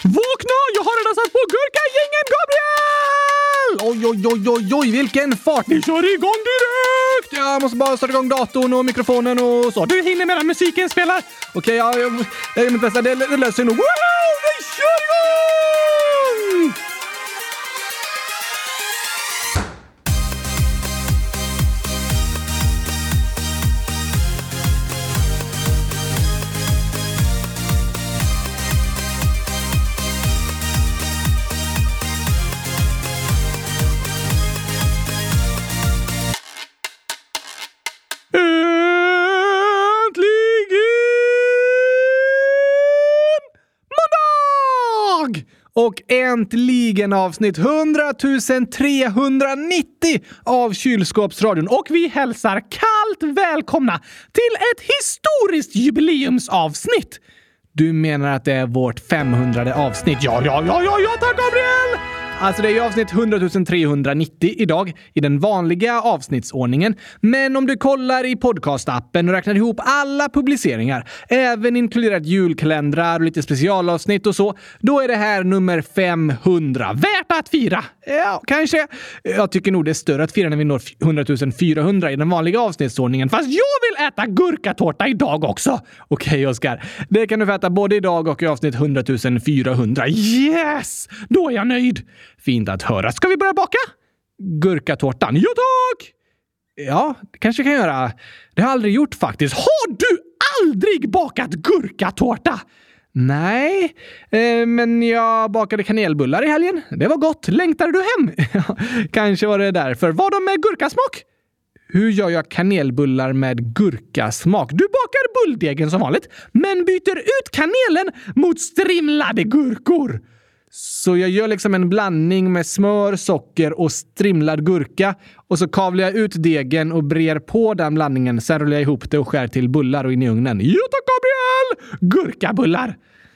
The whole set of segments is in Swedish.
Vakna! Jag har redan satt på gurkagängen, Gabriel! Oj, vilken fart! Vi kör igång direkt! Jag måste bara starta igång datorn och mikrofonen och så. Du hinner medan musiken spelar. Okej, jag gör mitt bästa. Det löser nog. Wow! Vi kör igång! Och äntligen avsnitt 100 390 av Kylskåpsradion. Och vi hälsar kallt välkomna till ett historiskt jubileumsavsnitt. Du menar att det är vårt 500:e avsnitt? Ja, tack Gabriel! Alltså det är ju avsnitt 100 390 idag i den vanliga avsnittsordningen. Men om du kollar i podcastappen och räknar ihop alla publiceringar, även inkluderat julkalendrar och lite specialavsnitt och så, då är det här nummer 500. Värt att fira! Ja, kanske. Jag tycker nog det är större att fira när vi når 100 400 i den vanliga avsnittsordningen. Fast jag vill äta gurkatårta idag också! Okej, Oskar. Det kan du få äta både idag och i avsnitt 100 400. Yes! Då är jag nöjd! Fint att höra. Ska vi börja baka? Gurkatårtan. Ja, tack! Ja, det kanske kan göra. Det har jag aldrig gjort faktiskt. Har du aldrig bakat gurkatårta? Nej, men jag bakade kanelbullar i helgen. Det var gott. Längtade du hem? Kanske var det därför. Var de med gurkasmak? Hur gör jag kanelbullar med gurkasmak? Du bakar bulldegen som vanligt, men byter ut kanelen mot strimlade gurkor. Så jag gör liksom en blandning med smör, socker och strimlad gurka. Och så kavlar jag ut degen och brer på den blandningen. Sen rullar jag ihop det och skär till bullar och in i ugnen. Ja tack Gabriel! Gurkabullar!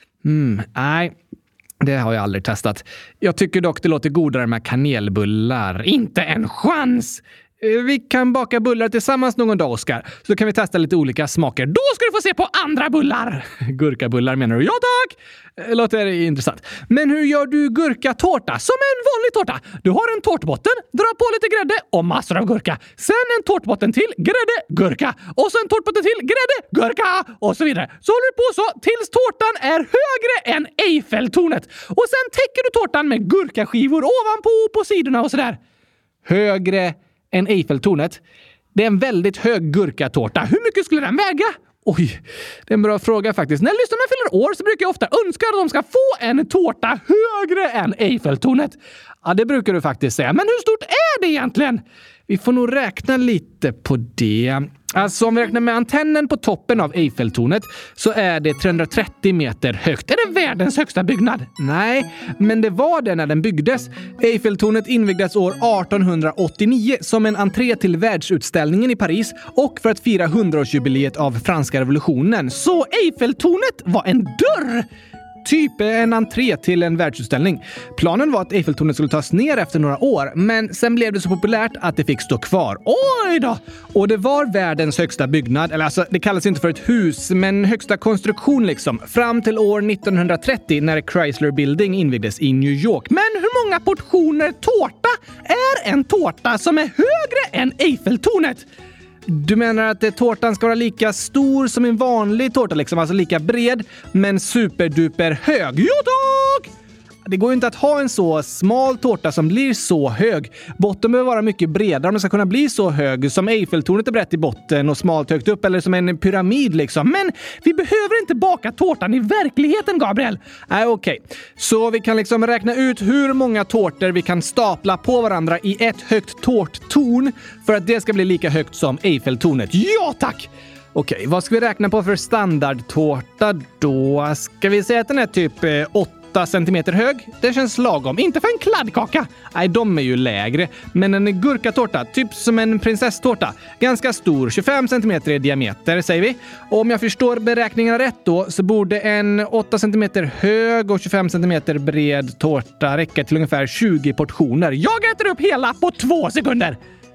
Nej, det har jag aldrig testat. Jag tycker dock det låter godare med kanelbullar. Inte en chans! Vi kan baka bullar tillsammans någon dag, Oskar. Så kan vi testa lite olika smaker. Då ska du få se på andra bullar! Gurkabullar menar du? Ja tack! Låter intressant. Men hur gör du gurkatårta? Som en vanlig tårta. Du har en tårtbotten, drar på lite grädde och massor av gurka. Sen en tårtbotten till, grädde, gurka. Och sen en tårtbotten till, grädde, gurka. Och så vidare. Så håller du på så tills tårtan är högre än Eiffeltornet. Och sen täcker du tårtan med gurkaskivor ovanpå och på sidorna och sådär. Högre än Eiffeltornet. Det är en väldigt hög gurkatårta. Hur mycket skulle den väga? Oj, det är en bra fråga faktiskt. När lyssnarna fyller år så brukar jag ofta önska att de ska få en tårta högre än Eiffeltornet. Ja, det brukar du faktiskt säga. Men hur stort är det egentligen? Vi får nog räkna lite på det. Alltså om vi räknar med antennen på toppen av Eiffeltornet så är det 330 meter högt. Är det världens högsta byggnad? Nej, men det var det när den byggdes. Eiffeltornet invigdes år 1889 som en entré till världsutställningen i Paris och för att fira 100-årsjubileet av franska revolutionen. Så Eiffeltornet var en dörr! Typ en entré till en världsutställning. Planen var att Eiffeltornet skulle tas ner efter några år, men sen blev det så populärt att det fick stå kvar. Oj då! Och det var världens högsta byggnad, eller alltså det kallas inte för ett hus, men högsta konstruktion liksom, fram till år 1930 när Chrysler Building invigdes i New York. Men hur många portioner tårta är en tårta som är högre än Eiffeltornet? Du menar att tårtan ska vara lika stor som en vanlig tårta liksom, alltså lika bred men superduper hög? Ja tack! Det går ju inte att ha en så smal tårta som blir så hög. Botten behöver vara mycket bredare om den ska kunna bli så hög som Eiffeltornet är brett i botten och smalt högt upp eller som en pyramid liksom. Men vi behöver inte baka tårtan i verkligheten, Gabriel. Nej, okej. Så vi kan liksom räkna ut hur många tårtor vi kan stapla på varandra i ett högt tårttorn för att det ska bli lika högt som Eiffeltornet. Ja, tack! Okej, vad ska vi räkna på för standardtårta då? Ska vi säga att den är typ 8 centimeter hög? Det känns lagom. Inte för en kladdkaka. Nej, de är ju lägre. Men en gurkatårta, typ som en prinsesstårta. Ganska stor, 25 centimeter i diameter säger vi. Och om jag förstår beräkningarna rätt då så borde en 8 centimeter hög och 25 centimeter bred tårta räcka till ungefär 20 portioner. Jag äter upp hela på 2 sekunder!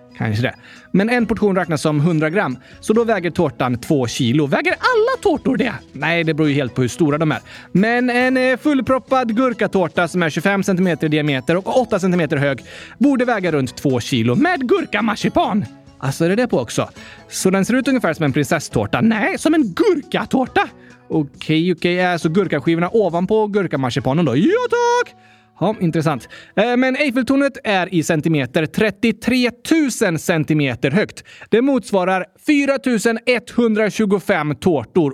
Kanske det. Men en portion räknas som 100 gram, så då väger tårtan 2 kilo. Väger alla tårtor det? Nej, det beror ju helt på hur stora de är. Men en fullproppad gurkatårta som är 25 cm i diameter och 8 cm hög borde väga runt 2 kilo med gurkamarsipan. Alltså, är det på också? Så den ser ut ungefär som en prinsesstårta? Nej, som en gurkatårta. Okej. Så gurkaskivorna ovanpå gurkamarsipanen då? Ja, tack! Ja, intressant. Men Eiffeltornet är i centimeter 33 000 centimeter högt. Det motsvarar 4125 tårtor.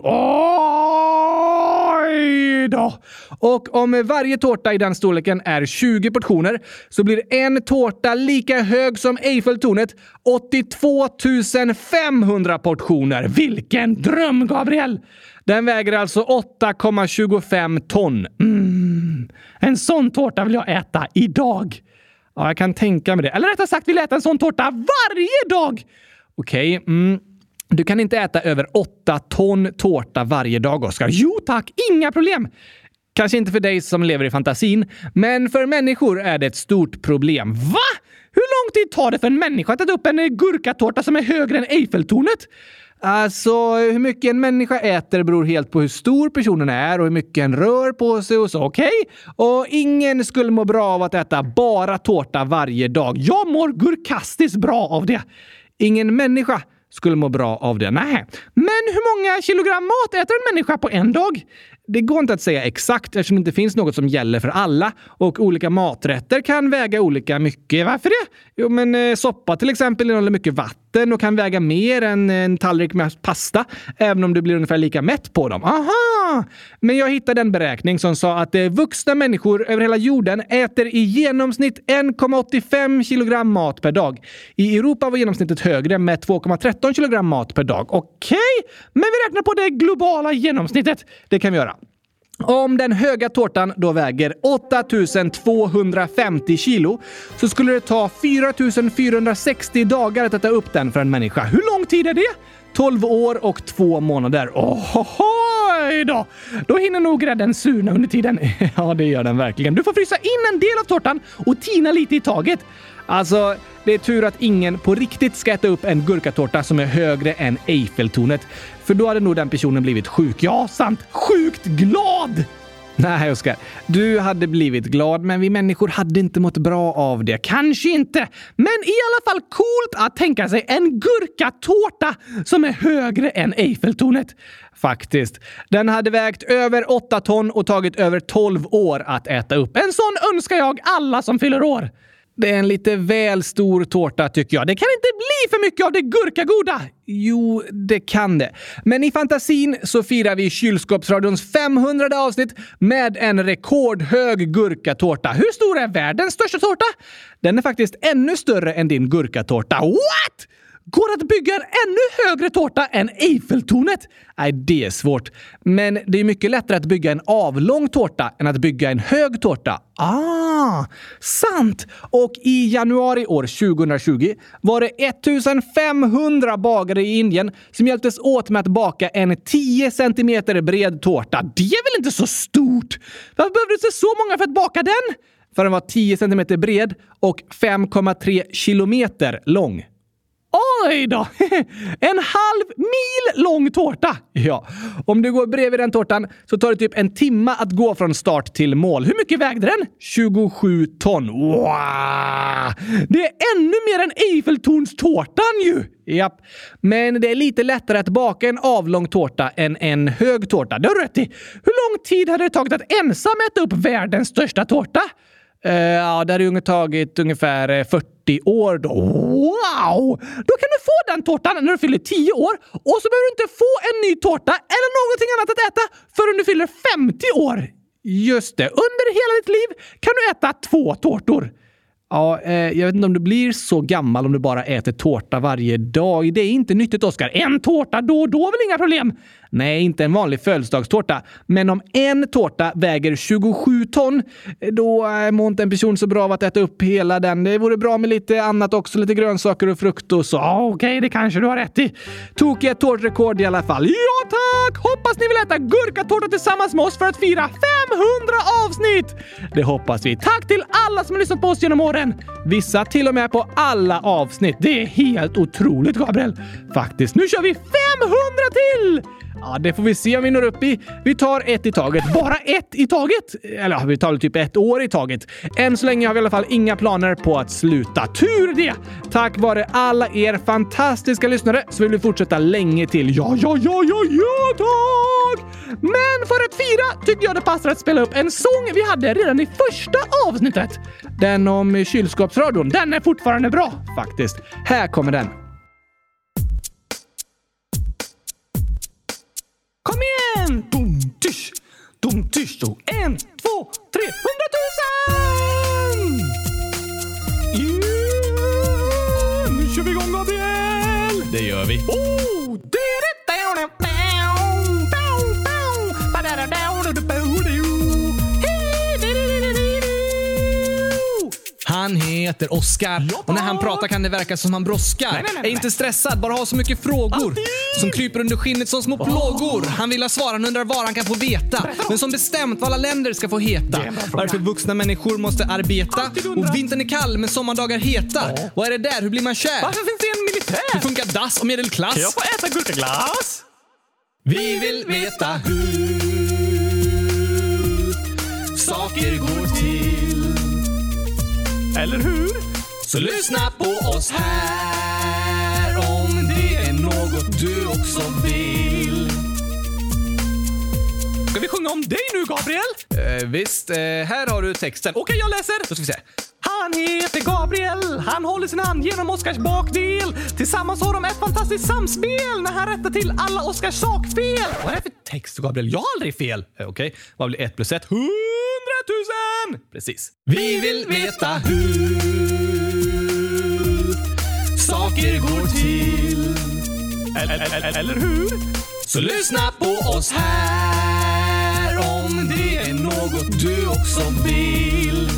Oj då! Och om varje tårta i den storleken är 20 portioner så blir en tårta lika hög som Eiffeltornet 82 500 portioner. Vilken dröm, Gabriel! Den väger alltså 8,25 ton. En sån tårta vill jag äta idag. Ja, jag kan tänka mig det. Eller rättare sagt, vill jag äta en sån tårta varje dag. Okej. Du kan inte äta över 8 ton tårta varje dag, Oskar. Jo tack, inga problem. Kanske inte för dig som lever i fantasin, men för människor är det ett stort problem. Va? Hur lång tid tar det för en människa att äta upp en gurkatårta som är högre än Eiffeltornet? Alltså, hur mycket en människa äter beror helt på hur stor personen är och hur mycket en rör på sig och så, okej? Och ingen skulle må bra av att äta bara tårta varje dag. Jag mår gurkastiskt bra av det. Ingen människa skulle må bra av det. Nej. Men hur många kilogram mat äter en människa på en dag? Det går inte att säga exakt eftersom det inte finns något som gäller för alla. Och olika maträtter kan väga olika mycket. Varför det? Jo, men soppa till exempel innehåller mycket vatten och kan väga mer än en tallrik med pasta. Även om du blir ungefär lika mätt på dem. Aha! Men jag hittade en beräkning som sa att vuxna människor över hela jorden äter i genomsnitt 1,85 kilogram mat per dag. I Europa var genomsnittet högre med 2,13 kilogram mat per dag. Okej, men vi räknar på det globala genomsnittet. Det kan vi göra. Om den höga tårtan då väger 8250 kilo så skulle det ta 4460 dagar att äta upp den för en människa. Hur lång tid är det? 12 år och 2 månader. Oj då! Då hinner nog grädden surna under tiden. Ja, det gör den verkligen. Du får frysa in en del av tårtan och tina lite i taget. Alltså, det är tur att ingen på riktigt ska äta upp en gurkatårta som är högre än Eiffeltornet. För då hade nog den personen blivit sjuk. Ja, sant. Sjukt glad! Nej, Oskar. Du hade blivit glad, men vi människor hade inte mått bra av det. Kanske inte. Men i alla fall coolt att tänka sig en gurkatårta som är högre än Eiffeltornet. Faktiskt. Den hade vägt över 8 ton och tagit över 12 år att äta upp. En sån önskar jag alla som fyller år. Det är en lite väl stor tårta tycker jag. Det kan inte bli för mycket av det gurkagoda. Jo, det kan det. Men i fantasin så firar vi Kylskåpsradions 500 avsnitt med en rekordhög gurkatårta. Hur stor är världens största tårta? Den är faktiskt ännu större än din gurkatårta. What? Går det att bygga en ännu högre tårta än Eiffeltornet? Nej, det är svårt. Men det är mycket lättare att bygga en avlång tårta än att bygga en hög tårta. Sant! Och i januari år 2020 var det 1500 bagare i Indien som hjälptes åt med att baka en 10 centimeter bred tårta. Det är väl inte så stort? Varför behövde det så många för att baka den? För den var 10 centimeter bred och 5,3 kilometer lång. Oj då! En halv mil lång tårta! Ja, om du går bredvid den tårtan så tar det typ en timme att gå från start till mål. Hur mycket vägde den? 27 ton. Wow! Det är ännu mer än Eiffeltornstårtan ju! Japp. Men det är lite lättare att baka en avlång tårta än en hög tårta. Det har du rätt i. Hur lång tid hade det tagit att ensam äta upp världens största tårta? Ja, det hade tagit ungefär 40 år då. Wow! Då kan du få den tårtan när du fyller 10 år och så behöver du inte få en ny tårta eller någonting annat att äta förrän du fyller 50 år. Just det. Under hela ditt liv kan du äta 2 tårtor. Ja, jag vet inte om du blir så gammal om du bara äter tårta varje dag. Det är inte nyttigt, Oskar. En tårta då är väl inga problem? Nej, inte en vanlig födelsedagstårta. Men om en tårta väger 27 ton, då mår inte en person så bra av att äta upp hela den. Det vore bra med lite annat också, lite grönsaker och frukt och så. Okej, det kanske du har rätt i. Tokiga tårtrekord i alla fall. Ja tack! Hoppas ni vill äta gurkatårta tillsammans med oss för att fira 500 avsnitt! Det hoppas vi. Tack till alla som har lyssnat på oss genom åren. Vissa till och med på alla avsnitt. Det är helt otroligt, Gabriel. Faktiskt, nu kör vi 500 till! Ja, det får vi se om vi når upp i. Vi tar ett i taget. Bara ett i taget? Eller ja, vi tar typ ett år i taget. Än så länge har vi i alla fall inga planer på att sluta. Tur det! Tack vare alla er fantastiska lyssnare så vill vi fortsätta länge till. Ja, tack! Men för att fira tycker jag det passar att spela upp en sång vi hade redan i första avsnittet. Den om kylskåpsradion. Den är fortfarande bra, faktiskt. Här kommer den. Kom igen! Dum, tysch, och 1, 2, 3, 100 000! Yeah! Nu kör vi igång, Gabriel! Det gör vi. Han heter Oscar och när han pratar kan det verka som han brådskar. Är inte stressad, bara har så mycket frågor som kryper under skinnet som små plågor. Han vill ha svar, han undrar var han kan få veta. Men som bestämt vad alla länder ska få heta. Varför vuxna människor måste arbeta. Och vintern är kall men sommardagar heta. Vad är det där? Hur blir man kär? Varför finns det en militär? Hur funkar dass och medelklass? Kan jag få äta gurkaglass? Vi vill veta hur saker går till. Eller hur? Så lyssna på oss här om det är något du också vill. Ska vi sjunga om dig nu, Gabriel? Visst, här har du texten. Okej, jag läser. Då ska vi se. Han heter Gabriel, han håller sin hand genom Oscars bakdel. Tillsammans har de ett fantastiskt samspel när han rättar till alla Oscars sakfel. Vad är det för text, Gabriel? Jag har aldrig fel. Okej, vad blir 1 + 1? 100 000! Precis. Vi vill veta hur saker går till. Eller hur? Så lyssna på oss här om det är något du också vill.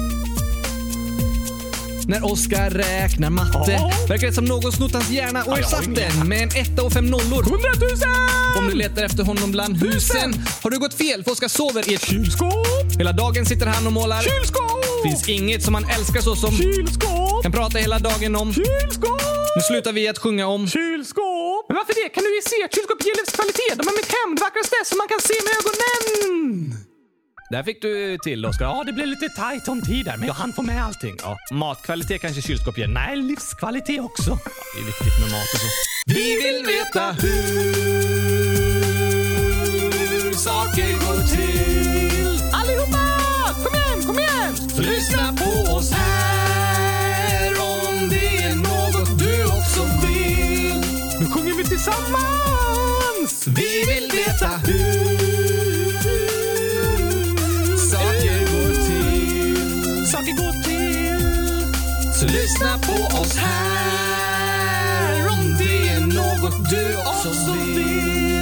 När Oscar räknar matte verkar det som någon snott hans hjärna och ersatt den med en 1 och 5 nollor. 100 000! Om du letar efter honom bland husen har du gått fel, för Oscar sover i ett kylskåp. Hela dagen sitter han och målar kylskåp. Finns inget som han älskar så som kylskåp. Kan prata hela dagen om kylskåp. Nu slutar vi att sjunga om kylskåp. Men varför det? Kan du ju se att kylskåp ger livskvalitet. De är mitt hem, det vackraste som man kan se med ögonen. Där fick du till, Oscar. Ja, det blev lite tajt om tid där, men jag hann få med allting. Ja, matkvalitet kanske kylskåp ger. Nej, livskvalitet också. Ja, det är viktigt med mat och så. Vi vill veta hur saker går till. Allihopa! Kom igen! Så lyssna på oss här om det är något du också vill. Nu sjunger vi tillsammans. Vi vill veta hur saker går till. Så lyssna på oss här om det är något du också vill.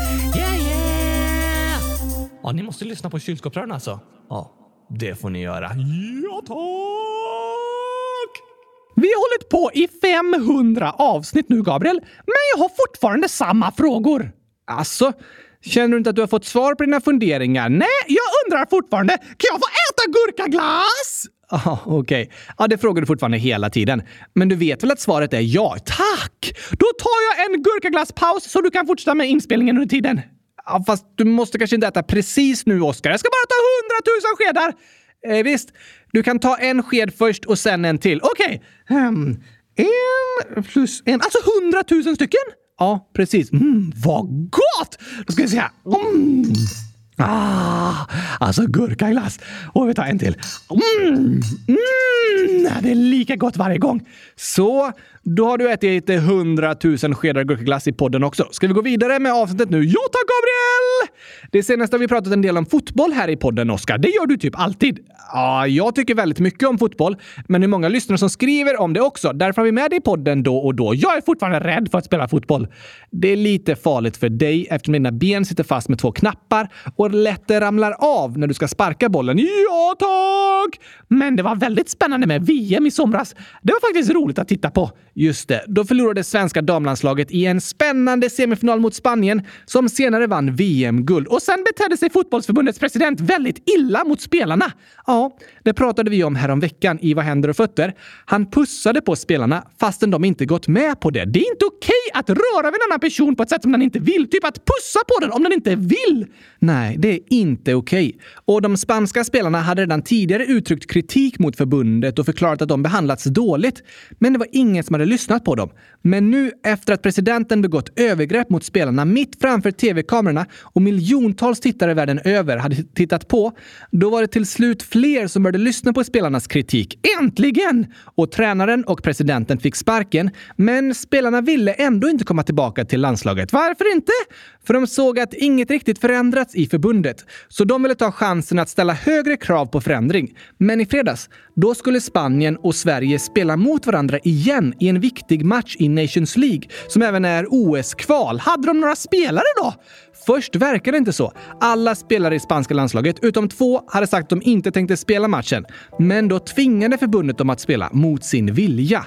Yeah. Ja, ni måste lyssna på kylskåpsrören alltså. Ja, det får ni göra. Ja, tack! Vi har hållit på i 500 avsnitt nu, Gabriel. Men jag har fortfarande samma frågor. Alltså, känner du inte att du har fått svar på dina funderingar? Nej, jag undrar fortfarande. Kan jag få äta gurkaglass? Okej. Ja, det frågar du fortfarande hela tiden. Men du vet väl att svaret är ja? Tack! Då tar jag en gurkaglasspaus så du kan fortsätta med inspelningen under tiden. Ja, fast du måste kanske inte äta precis nu, Oscar. Jag ska bara ta 100 000 skedar. Visst, du kan ta en sked först och sen en till. Okej. 1 + 1. Alltså 100 000 stycken? Ja, precis. Vad gott! Då ska vi se här. Alltså gurkaglass. Och vi tar en till. Det är lika gott varje gång. Så, Då har du ätit 100 000 skedar gurkaglass i podden också. Ska vi gå vidare med avsnittet nu? Ja tack, Gabriel! Det senaste har vi pratat en del om fotboll här i podden, Oskar. Det gör du typ alltid. Ja, jag tycker väldigt mycket om fotboll, men det är många lyssnare som skriver om det också. Därför har vi med det i podden då och då. Jag är fortfarande rädd för att spela fotboll. Det är lite farligt för dig eftersom dina ben sitter fast med 2 knappar och lätt ramlar av när du ska sparka bollen. Ja tack! Men det var väldigt spännande med VM i somras. Det var faktiskt roligt att titta på. Just det, då förlorade svenska damlandslaget i en spännande semifinal mot Spanien som senare vann VM-guld. Och sen betedde sig fotbollsförbundets president väldigt illa mot spelarna. Ja, det pratade vi om här om veckan i Vad händer och fötter. Han pussade på spelarna fastän de inte gått med på det. Det är inte okej att röra vid en annan person på ett sätt som den inte vill. Typ att pussa på den om den inte vill. Nej, det är inte okej. Och de spanska spelarna hade redan tidigare uttryckt kritik mot förbundet och förklarat att de behandlats dåligt. Men det var ingen som hade lyssnat på dem. Men nu efter att presidenten begått övergrepp mot spelarna mitt framför tv-kamerorna och miljontals tittare världen över hade tittat på, då var det till slut fler som började lyssna på spelarnas kritik. Äntligen! Och tränaren och presidenten fick sparken, men spelarna ville ändå inte komma tillbaka till landslaget. Varför inte? För de såg att inget riktigt förändrats i förbundet. Så de ville ta chansen att ställa högre krav på förändring. Men i fredags, då skulle Spanien och Sverige spela mot varandra igen i en viktig match i Nations League, som även är OS-kval. Hade de några spelare då? Först verkar det inte så. Alla spelare i spanska landslaget, utom 2, hade sagt att de inte tänkte spela matchen. Men då tvingade förbundet dem att spela mot sin vilja.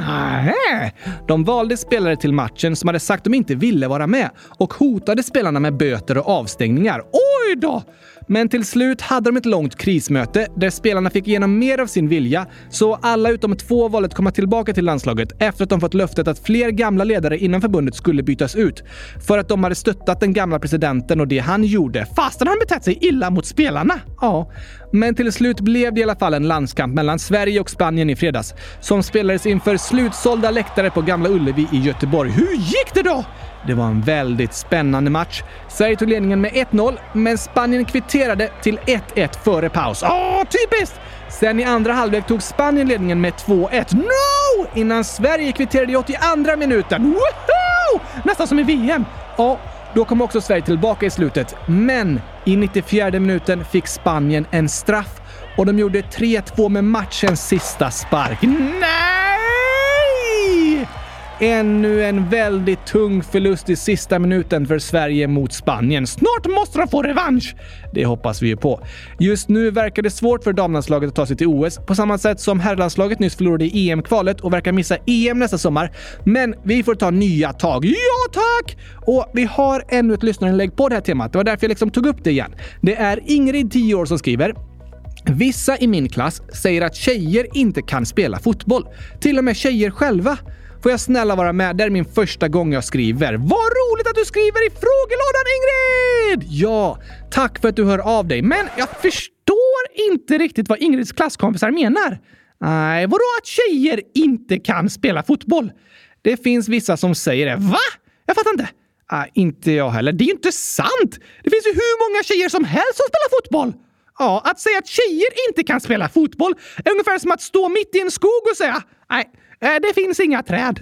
Nej! De valde spelare till matchen som hade sagt att de inte ville vara med och hotade spelarna med böter och avstängningar. Oj då! Men till slut hade de ett långt krismöte där spelarna fick igenom mer av sin vilja, så alla utom 2 valde att komma tillbaka till landslaget efter att de fått löftet att fler gamla ledare inom förbundet skulle bytas ut för att de hade stöttat den gamla presidenten och det han gjorde, fastän han betett sig illa mot spelarna. Ja, men till slut blev det i alla fall en landskamp mellan Sverige och Spanien i fredags som spelades inför slutsålda läktare på Gamla Ullevi i Göteborg. Hur gick det då? Det var en väldigt spännande match. Sverige tog ledningen med 1-0, men Spanien kvitterade till 1-1 före paus. Typiskt! Sen i andra halvlek tog Spanien ledningen med 2-1. No! Innan Sverige kvitterade i 82 minuten. Woho! Nästan som i VM. Ja, då kom också Sverige tillbaka i slutet. Men i 94 minuten fick Spanien en straff och de gjorde 3-2 med matchens sista spark. Nej! Ännu en väldigt tung förlust i sista minuten för Sverige mot Spanien. Snart måste de få revansch! Det hoppas vi ju på. Just nu verkar det svårt för damlandslaget att ta sig till OS, på samma sätt som herrlandslaget nyss förlorade i EM-kvalet och verkar missa EM nästa sommar. Men vi får ta nya tag. Ja tack! Och vi har ännu ett lyssnarinlägg på det här temat. Det var därför jag liksom tog upp det igen. Det är Ingrid, 10 år, som skriver: vissa i min klass säger att tjejer inte kan spela fotboll. Till och med tjejer själva. Får jag snälla vara med? Det är min första gång jag skriver. Vad roligt att du skriver i frågelådan, Ingrid! Ja, tack för att du hör av dig. Men jag förstår inte riktigt vad Ingrids klasskompisar menar. Nej, vadå att tjejer inte kan spela fotboll? Det finns vissa som säger det. Va? Jag fattar inte. Inte jag heller. Det är ju inte sant. Det finns ju hur många tjejer som helst som spelar fotboll. Ja, att säga att tjejer inte kan spela fotboll är ungefär som att stå mitt i en skog och säga: nej, det finns inga träd.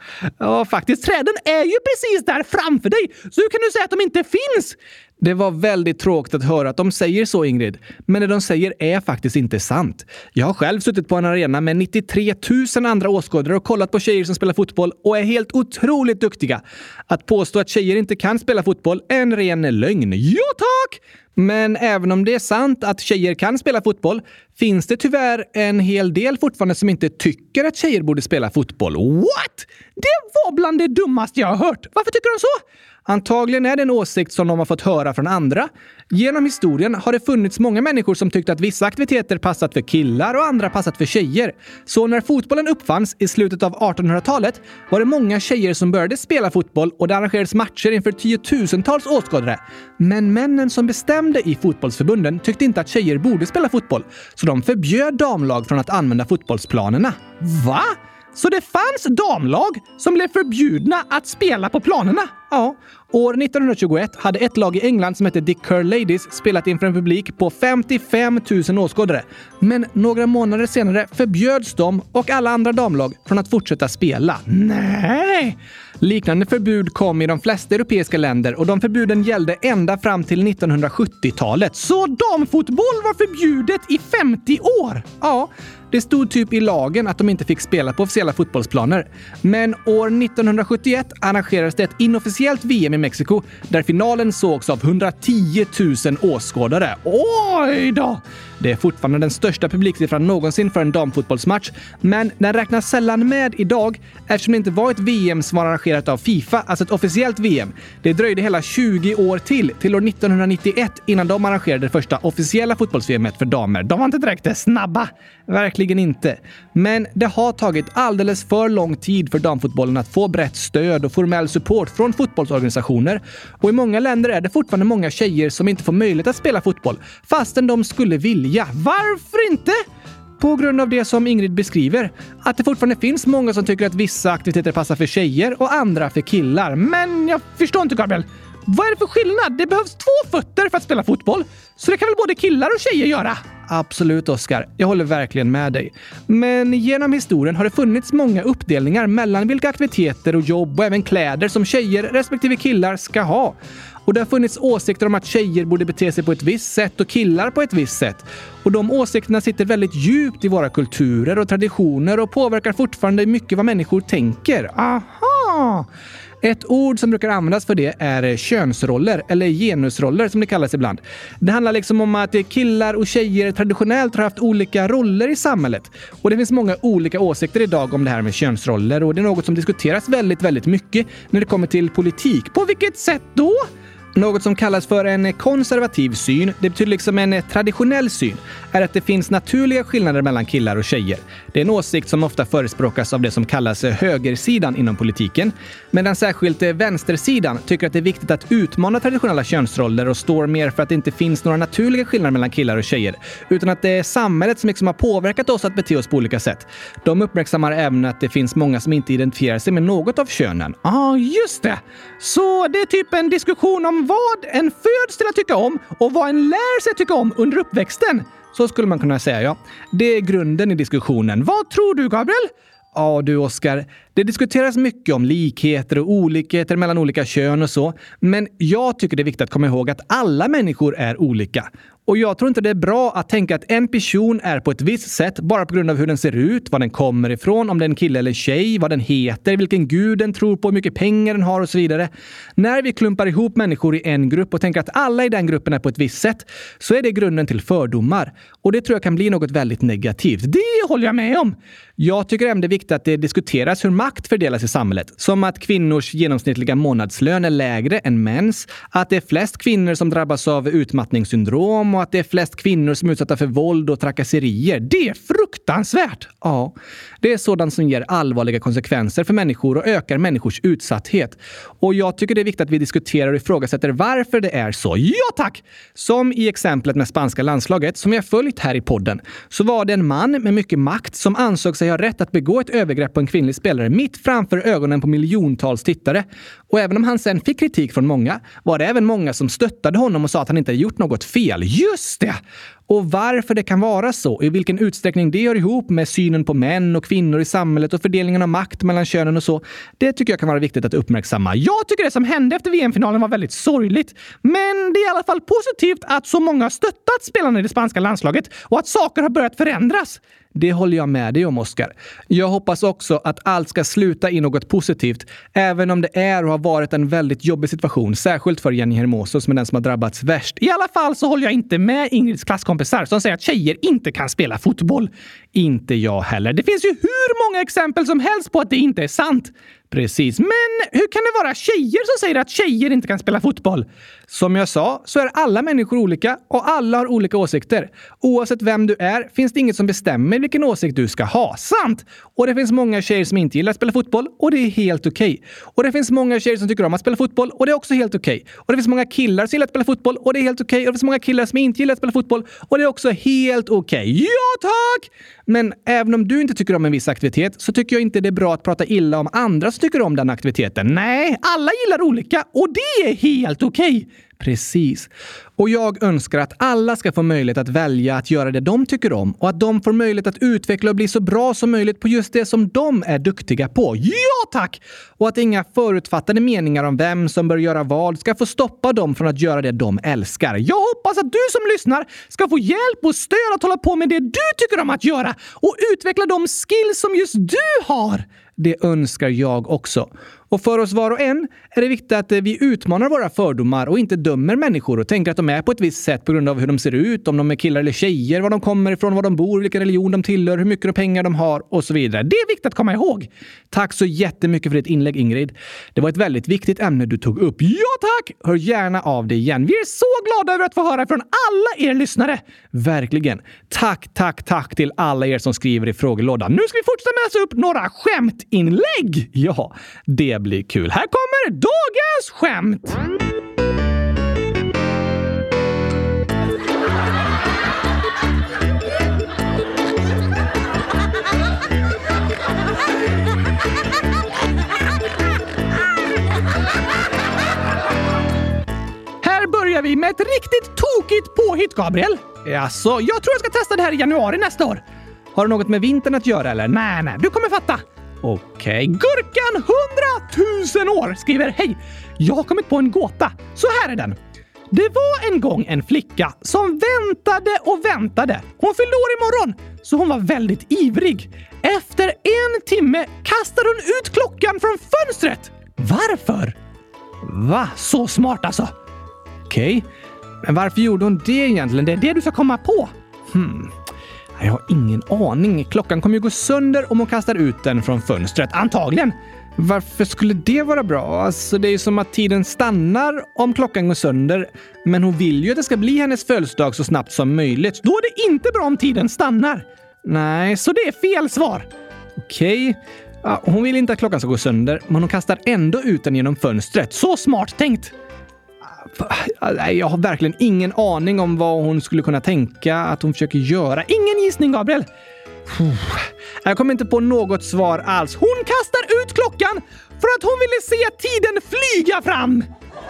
Ja, faktiskt. Träden är ju precis där framför dig. Så hur kan du säga att de inte finns? Det var väldigt tråkigt att höra att de säger så, Ingrid. Men det de säger är faktiskt inte sant. Jag har själv suttit på en arena med 93 000 andra åskådare och kollat på tjejer som spelar fotboll och är helt otroligt duktiga. Att påstå att tjejer inte kan spela fotboll är en ren lögn. Ja, tack! Men även om det är sant att tjejer kan spela fotboll finns det tyvärr en hel del fortfarande som inte tycker att tjejer borde spela fotboll. What? Det var bland det dummaste jag har hört. Varför tycker de så? Antagligen är det en åsikt som de har fått höra från andra. Genom historien har det funnits många människor som tyckt att vissa aktiviteter passat för killar och andra passat för tjejer. Så när fotbollen uppfanns i slutet av 1800-talet var det många tjejer som började spela fotboll och det arrangerades matcher inför tiotusentals åskådare. Men männen som bestämde i fotbollsförbunden tyckte inte att tjejer borde spela fotboll, så de förbjöd damlag från att använda fotbollsplanerna. Va? Så det fanns damlag som blev förbjudna att spela på planerna. Ja, år 1921 hade ett lag i England som hette Dick Kerr Ladies spelat inför en publik på 55 000 åskådare. Men några månader senare förbjöds de och alla andra damlag från att fortsätta spela. Nej! Liknande förbud kom i de flesta europeiska länder och de förbuden gällde ända fram till 1970-talet. Så damfotboll var förbjudet i 50 år? Ja, det stod typ i lagen att de inte fick spela på officiella fotbollsplaner. Men år 1971 arrangerades det ett inofficiellt VM i Mexiko där finalen sågs av 110 000 åskådare. Oj då! Det är fortfarande den största publiksiffran någonsin för en damfotbollsmatch, men den räknas sällan med idag eftersom det inte var ett VM som var arrangerat av FIFA, alltså ett officiellt VM. Det dröjde hela 20 år till år 1991 innan de arrangerade det första officiella fotbolls-VMet för damer. De var inte direkt snabba. Verkligen inte. Men det har tagit alldeles för lång tid för damfotbollen att få brett stöd och formell support från fotbollsorganisationer. Och i många länder är det fortfarande många tjejer som inte får möjlighet att spela fotboll, fastän de skulle vilja. Varför inte? På grund av det som Ingrid beskriver. Att det fortfarande finns många som tycker att vissa aktiviteter passar för tjejer och andra för killar. Men jag förstår inte, Gabriel. Vad är det för skillnad? Det behövs 2 fötter för att spela fotboll. Så det kan väl både killar och tjejer göra? Absolut, Oskar. Jag håller verkligen med dig. Men genom historien har det funnits många uppdelningar mellan vilka aktiviteter och jobb och även kläder som tjejer respektive killar ska ha. Och det har funnits åsikter om att tjejer borde bete sig på ett visst sätt och killar på ett visst sätt. Och de åsikterna sitter väldigt djupt i våra kulturer och traditioner och påverkar fortfarande mycket vad människor tänker. Aha! Ett ord som brukar användas för det är könsroller, eller genusroller som det kallas ibland. Det handlar liksom om att killar och tjejer traditionellt har haft olika roller i samhället. Och det finns många olika åsikter idag om det här med könsroller och det är något som diskuteras väldigt, väldigt mycket när det kommer till politik. På vilket sätt då? Något som kallas för en konservativ syn, det betyder liksom en traditionell syn, är att det finns naturliga skillnader mellan killar och tjejer. Det är en åsikt som ofta förespråkas av det som kallas högersidan inom politiken. Medan särskilt vänstersidan tycker att det är viktigt att utmana traditionella könsroller och står mer för att det inte finns några naturliga skillnader mellan killar och tjejer, utan att det är samhället som liksom har påverkat oss att bete oss på olika sätt. De uppmärksammar även att det finns många som inte identifierar sig med något av könen. Just det! Så det är typ en diskussion om vad en föds till att tycka om och vad en lär sig tycka om under uppväxten. Så skulle man kunna säga, ja. Det är grunden i diskussionen. Vad tror du, Gabriel? Ja du, Oskar. Det diskuteras mycket om likheter och olikheter mellan olika kön och så. Men jag tycker det är viktigt att komma ihåg att alla människor är olika. Och jag tror inte det är bra att tänka att en person är på ett visst sätt bara på grund av hur den ser ut, var den kommer ifrån, om det är en kille eller tjej, vad den heter, vilken gud den tror på, hur mycket pengar den har och så vidare. När vi klumpar ihop människor i en grupp och tänker att alla i den gruppen är på ett visst sätt, så är det grunden till fördomar. Och det tror jag kan bli något väldigt negativt. Det håller jag med om! Jag tycker även det är viktigt att det diskuteras hur makt fördelas i samhället. Som att kvinnors genomsnittliga månadslön är lägre än mäns, att det är flest kvinnor som drabbas av utmattningssyndrom och att det är flest kvinnor som är utsatta för våld och trakasserier. Det är fruktansvärt! Ja, det är sådant som ger allvarliga konsekvenser för människor och ökar människors utsatthet. Och jag tycker det är viktigt att vi diskuterar och ifrågasätter varför det är så. Ja tack! Som i exemplet med spanska landslaget som jag följt här i podden, så var det en man med mycket makt som ansåg sig ha rätt att begå ett övergrepp på en kvinnlig spelare mitt framför ögonen på miljontals tittare. Och även om han sen fick kritik från många, var det även många som stöttade honom och sa att han inte hade gjort något fel. Just det! Och varför det kan vara så, i vilken utsträckning det hör ihop med synen på män och kvinnor i samhället och fördelningen av makt mellan könen och så, det tycker jag kan vara viktigt att uppmärksamma. Jag tycker det som hände efter VM-finalen var väldigt sorgligt, men det är i alla fall positivt att så många har stöttat spelarna i det spanska landslaget och att saker har börjat förändras. Det håller jag med dig om, Oskar. Jag hoppas också att allt ska sluta i något positivt, även om det är och har varit en väldigt jobbig situation, särskilt för Jenny Hermoso som är den som har drabbats värst. I alla fall så håller jag inte med Ingrids klasskompisar som säger att tjejer inte kan spela fotboll. Inte jag heller. Det finns ju hur många exempel som helst på att det inte är sant. Precis, men hur kan det vara tjejer som säger att tjejer inte kan spela fotboll? Som jag sa så är alla människor olika och alla har olika åsikter. Oavsett vem du är finns det inget som bestämmer vilken åsikt du ska ha. Sant! Och det finns många tjejer som inte gillar att spela fotboll och det är helt okej. Och det finns många tjejer som tycker om att spela fotboll och det är också helt okej. Och det finns många killar som gillar att spela fotboll och det är helt okej. Och det finns många killar som inte gillar att spela fotboll och det är också helt okej. Ja, tack! Men även om du inte tycker om en viss aktivitet så tycker jag inte det är bra att prata illa om andra som tycker om den aktiviteten. Nej, alla gillar olika och det är helt okej. Precis. Och jag önskar att alla ska få möjlighet att välja att göra det de tycker om och att de får möjlighet att utveckla och bli så bra som möjligt på just det som de är duktiga på. Ja, tack! Och att inga förutfattade meningar om vem som bör göra vad ska få stoppa dem från att göra det de älskar. Jag hoppas att du som lyssnar ska få hjälp och stöd att hålla på med det du tycker om att göra och utveckla de skills som just du har. Det önskar jag också. Och för oss var och en är det viktigt att vi utmanar våra fördomar och inte dömer människor och tänker att de är på ett visst sätt på grund av hur de ser ut, om de är killar eller tjejer, var de kommer ifrån, var de bor, vilken religion de tillhör, hur mycket pengar de har och så vidare. Det är viktigt att komma ihåg. Tack så jättemycket för ditt inlägg, Ingrid. Det var ett väldigt viktigt ämne du tog upp. Ja, tack! Hör gärna av dig igen. Vi är så glada över att få höra från alla er lyssnare. Verkligen. Tack till alla er som skriver i frågelådan. Nu ska vi fortsätta med att läsa upp några skämtinlägg. Ja, det blir kul. Här kommer dagens skämt! Här börjar vi med ett riktigt tokigt påhitt, Gabriel. Alltså, jag tror jag ska testa det här i januari nästa år. Har det något med vintern att göra eller? Nej, du kommer fatta. Okej. Gurkan 100 000 år skriver: hej, jag har kommit på en gåta. Så här är den. Det var en gång en flicka som väntade och väntade. Hon fyllde år imorgon, så hon var väldigt ivrig. Efter 1 timme kastade hon ut klockan från fönstret. Varför? Va? Så smart alltså. Okej. Men varför gjorde hon det egentligen? Det är det du ska komma på. Jag har ingen aning. Klockan kommer ju gå sönder om hon kastar ut den från fönstret. Antagligen. Varför skulle det vara bra? Alltså det är ju som att tiden stannar om klockan går sönder. Men hon vill ju att det ska bli hennes födelsedag så snabbt som möjligt. Då är det inte bra om tiden stannar. Nej, så det är fel svar. Okej. Ja, hon vill inte att klockan ska gå sönder, men hon kastar ändå ut den genom fönstret. Så smart tänkt. Jag har verkligen ingen aning om vad hon skulle kunna tänka att hon försöker göra. Ingen gissning, Gabriel. Jag kommer inte på något svar alls. Hon kastar ut klockan för att hon ville se tiden flyga fram.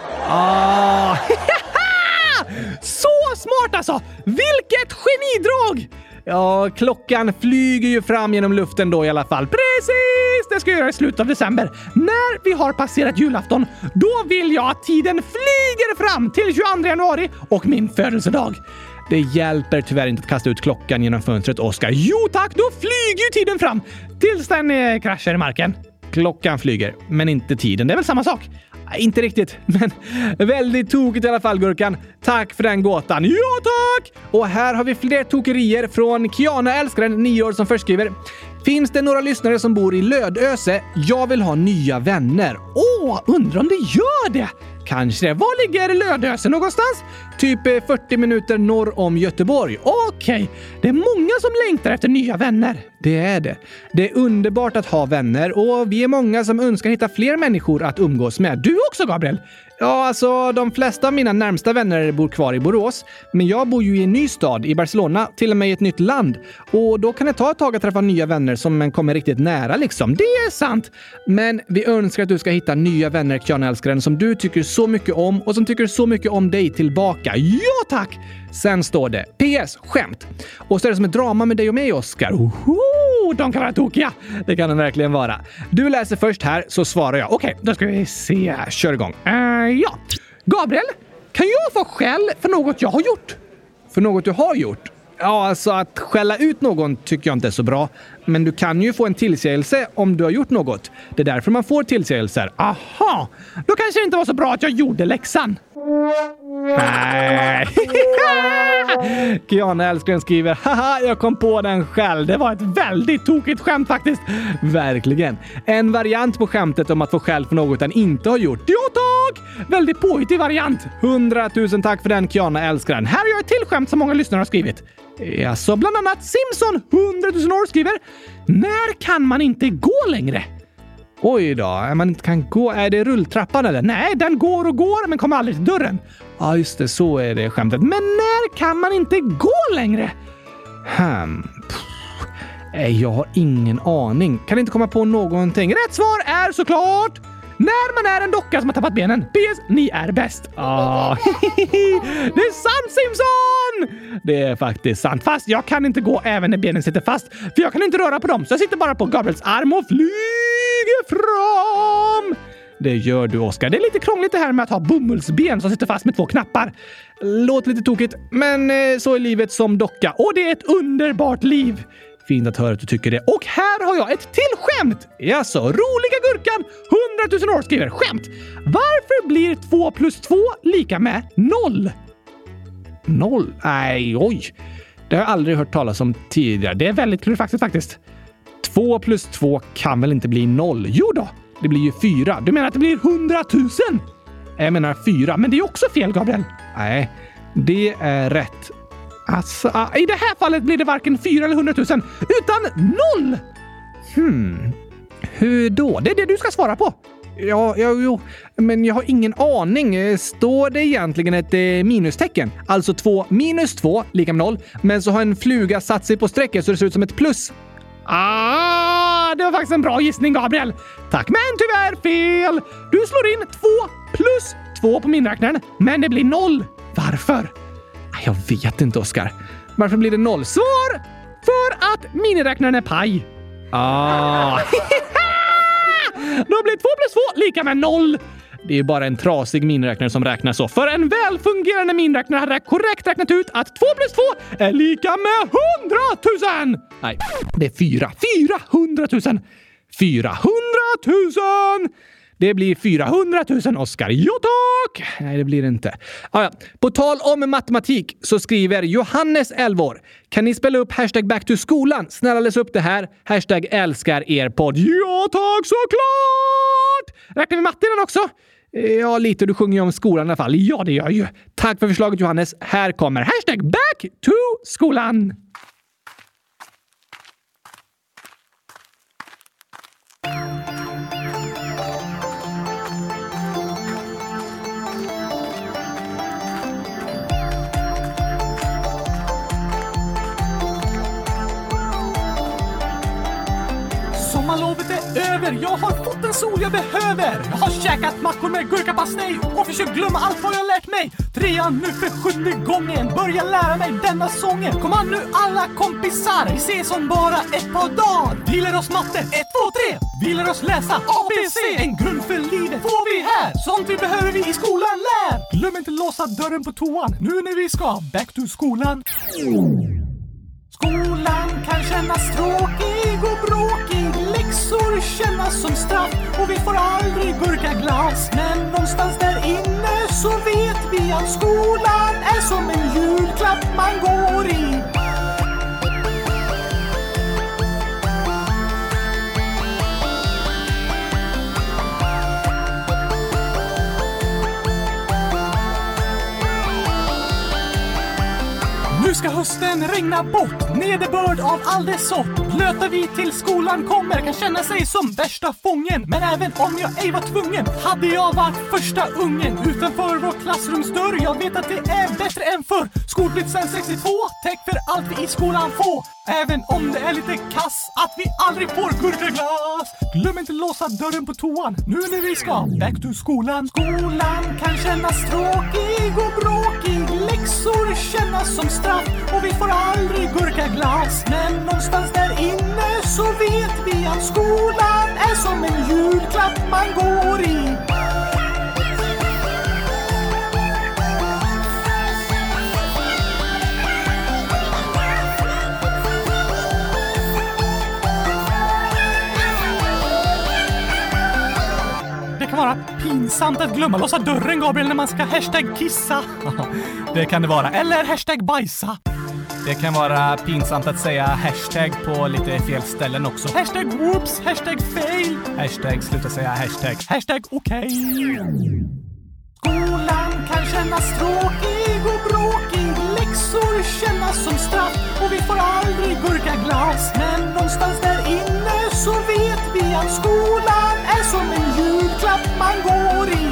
Så smart alltså! Vilket genidrag! Ja, klockan flyger ju fram genom luften då i alla fall. Precis! Det ska jag göra i slutet av december. När vi har passerat julafton, då vill jag att tiden flyger fram till 22 januari och min födelsedag. Det hjälper tyvärr inte att kasta ut klockan genom fönstret, Oskar. Jo tack, då flyger ju tiden fram tills den kraschar i marken. Klockan flyger, men inte tiden. Det är väl samma sak? Inte riktigt, men väldigt tokigt i alla fall, Gurkan. Tack för den gåtan. Ja, tack! Och här har vi fler tokerier från Kiana Älskaren, 9 år, som först skriver: finns det några lyssnare som bor i Lödöse? Jag vill ha nya vänner. Undrar om det gör det? Kanske det. Var ligger Lödöse någonstans? Typ 40 minuter norr om Göteborg. Okej. Det är många som längtar efter nya vänner. Det är det. Det är underbart att ha vänner och vi är många som önskar hitta fler människor att umgås med. Du också, Gabriel? Ja, alltså de flesta av mina närmsta vänner bor kvar i Borås. Men jag bor ju i en ny stad, i Barcelona, till och med i ett nytt land. Och då kan det ta ett tag att träffa nya vänner som kommer riktigt nära liksom. Det är sant. Men vi önskar att du ska hitta nya vänner, Kiana-älskaren, som du tycker så mycket om och som tycker så mycket om dig tillbaka. Ja, tack! Sen står det PS, skämt. Och så är det som ett drama med dig och mig, Oskar. De kan vara tokiga. Det kan de verkligen vara. Du läser först här, så svarar jag. Okej, då ska vi se. Kör igång. Ja. Gabriel, kan jag få skäll för något jag har gjort? För något du har gjort? Ja, alltså att skälla ut någon tycker jag inte är så bra. Men du kan ju få en tillsägelse om du har gjort något. Det är därför man får tillsägelser. Aha, då kanske det inte var så bra att jag gjorde läxan. Nej. Kiana Älskren skriver, haha, jag kom på den själv. Det var ett väldigt tokigt skämt faktiskt. Verkligen. En variant på skämtet om att få skäll för något den inte har gjort. Ja tack! Väldigt påhittig variant. 100 000 tack för den, Kiana Älskren. Här är ett till skämt som många lyssnare har skrivit. Alltså bland annat Simpson 100 000 år skriver, när kan man inte gå längre? Oj då, man inte kan gå. Är det rulltrappan eller? Nej, den går och går men kommer aldrig till dörren. Ja, just det, så är det skämtet. Men när kan man inte gå längre? Jag har ingen aning. Kan inte komma på någonting. Rätt svar är såklart när man är en docka som har tappat benen. PS, ni är bäst. Det är sant, Simpson! Det är faktiskt sant. Fast jag kan inte gå även när benen sitter fast. För jag kan inte röra på dem. Så jag sitter bara på Gabriels arm och flyger fram. Det gör du, Oskar. Det är lite krångligt det här med att ha bomullsben som sitter fast med 2 knappar. Låter lite tokigt, men så är livet som docka. Och det är ett underbart liv. Fint att höra att du tycker det. Och här har jag ett till skämt. Jaså, roliga gurkan 100 000 år skriver skämt. Varför blir 2 + 2 lika med 0? 0? Nej, oj. Det har jag aldrig hört talas om tidigare. Det är väldigt klurifaxigt faktiskt. 2 + 2 kan väl inte bli 0? Jo då, det blir ju 4. Du menar att det blir 100 000? Jag menar 4, men det är också fel, Gabriel. Nej, det är rätt. Alltså, i det här fallet blir det varken 4 eller 100 000, utan 0! Hur då? Det är det du ska svara på. Jo, men jag har ingen aning. Står det egentligen ett minustecken? Alltså 2 - 2 lika med 0, men så har en fluga satt sig på strecket så det ser ut som ett plus. Det var faktiskt en bra gissning, Gabriel. Tack, men tyvärr fel. Du slår in 2 + 2 på minräknaren, men det blir 0. Varför? Jag vet inte, Oskar. Varför blir det 0? Svar! För att miniräknaren är paj. Då blir 2 + 2 lika med 0. Det är bara en trasig miniräknare som räknar så. För en välfungerande miniräknare hade korrekt räknat ut att 2 + 2 är lika med 100 000. Nej, det är 400 000. 400 000! Det blir 400 000, Oskar. Jo tack! Nej, det blir det inte. På tal om matematik så skriver Johannes 11 år. Kan ni spela upp #backtoskolan? Snälla läs upp det här. #älskar-er-podd. Ja tack, såklart! Räknar vi matten också? Ja, lite. Du sjunger ju om skolan i alla fall. Ja, det gör jag ju. Tack för förslaget, Johannes. Här kommer #backtoskolan. Sommarlovet är över, jag har fått den sol jag behöver. Jag har käkat mackor med gurkapastej och försökt glömma allt vad jag lärt mig. 3:an nu för 7:e gången, börja lära mig denna sången. Kom an nu alla kompisar, vi ses om bara ett par dagar. Vi lär oss matte, 1, 2, 3. Vi lär oss läsa ABC, en grund för livet får vi här. Sånt vi behöver vi i skolan lär. Glöm inte låsa dörren på toan, nu när vi ska back to skolan. Skolan kan kännas tråkig och bråkig. Läxor kännas som straff och vi får aldrig gurkaglass. Men någonstans där inne så vet vi att skolan är som en julklapp man går i. Nu ska hösten regna bort, nederbörd av all dess sort. Blöta vi till skolan kommer, kan känna sig som värsta fången. Men även om jag ej var tvungen, hade jag varit första ungen utanför vår klassrumsdörr. Jag vet att det är bättre än förr. Skolplikt sen 62, täck för allt vi i skolan får. Även om det är lite kass att vi aldrig får gurkaglass. Glöm inte låsa dörren på toan, nu när vi ska back to skolan. Skolan kan kännas tråkig och bråkig. Läxor kännas som straff och vi får aldrig gurkaglass. Men någonstans där inne så vet vi att skolan är som en julklapp man går i. Det kan vara pinsamt att glömma låsa dörren, Gabriel, när man ska #kissa. Det kan det vara. Eller #bajsa. Det kan vara pinsamt att säga hashtag på lite fel ställen också. #whoops, #fail. Sluta säga hashtag okej. Skolan kan kännas tråkig och bråkig. Läxor kännas som straff och vi får aldrig gurkaglass. Men någonstans där inne så vet vi att skolan är som en julklapp man går i.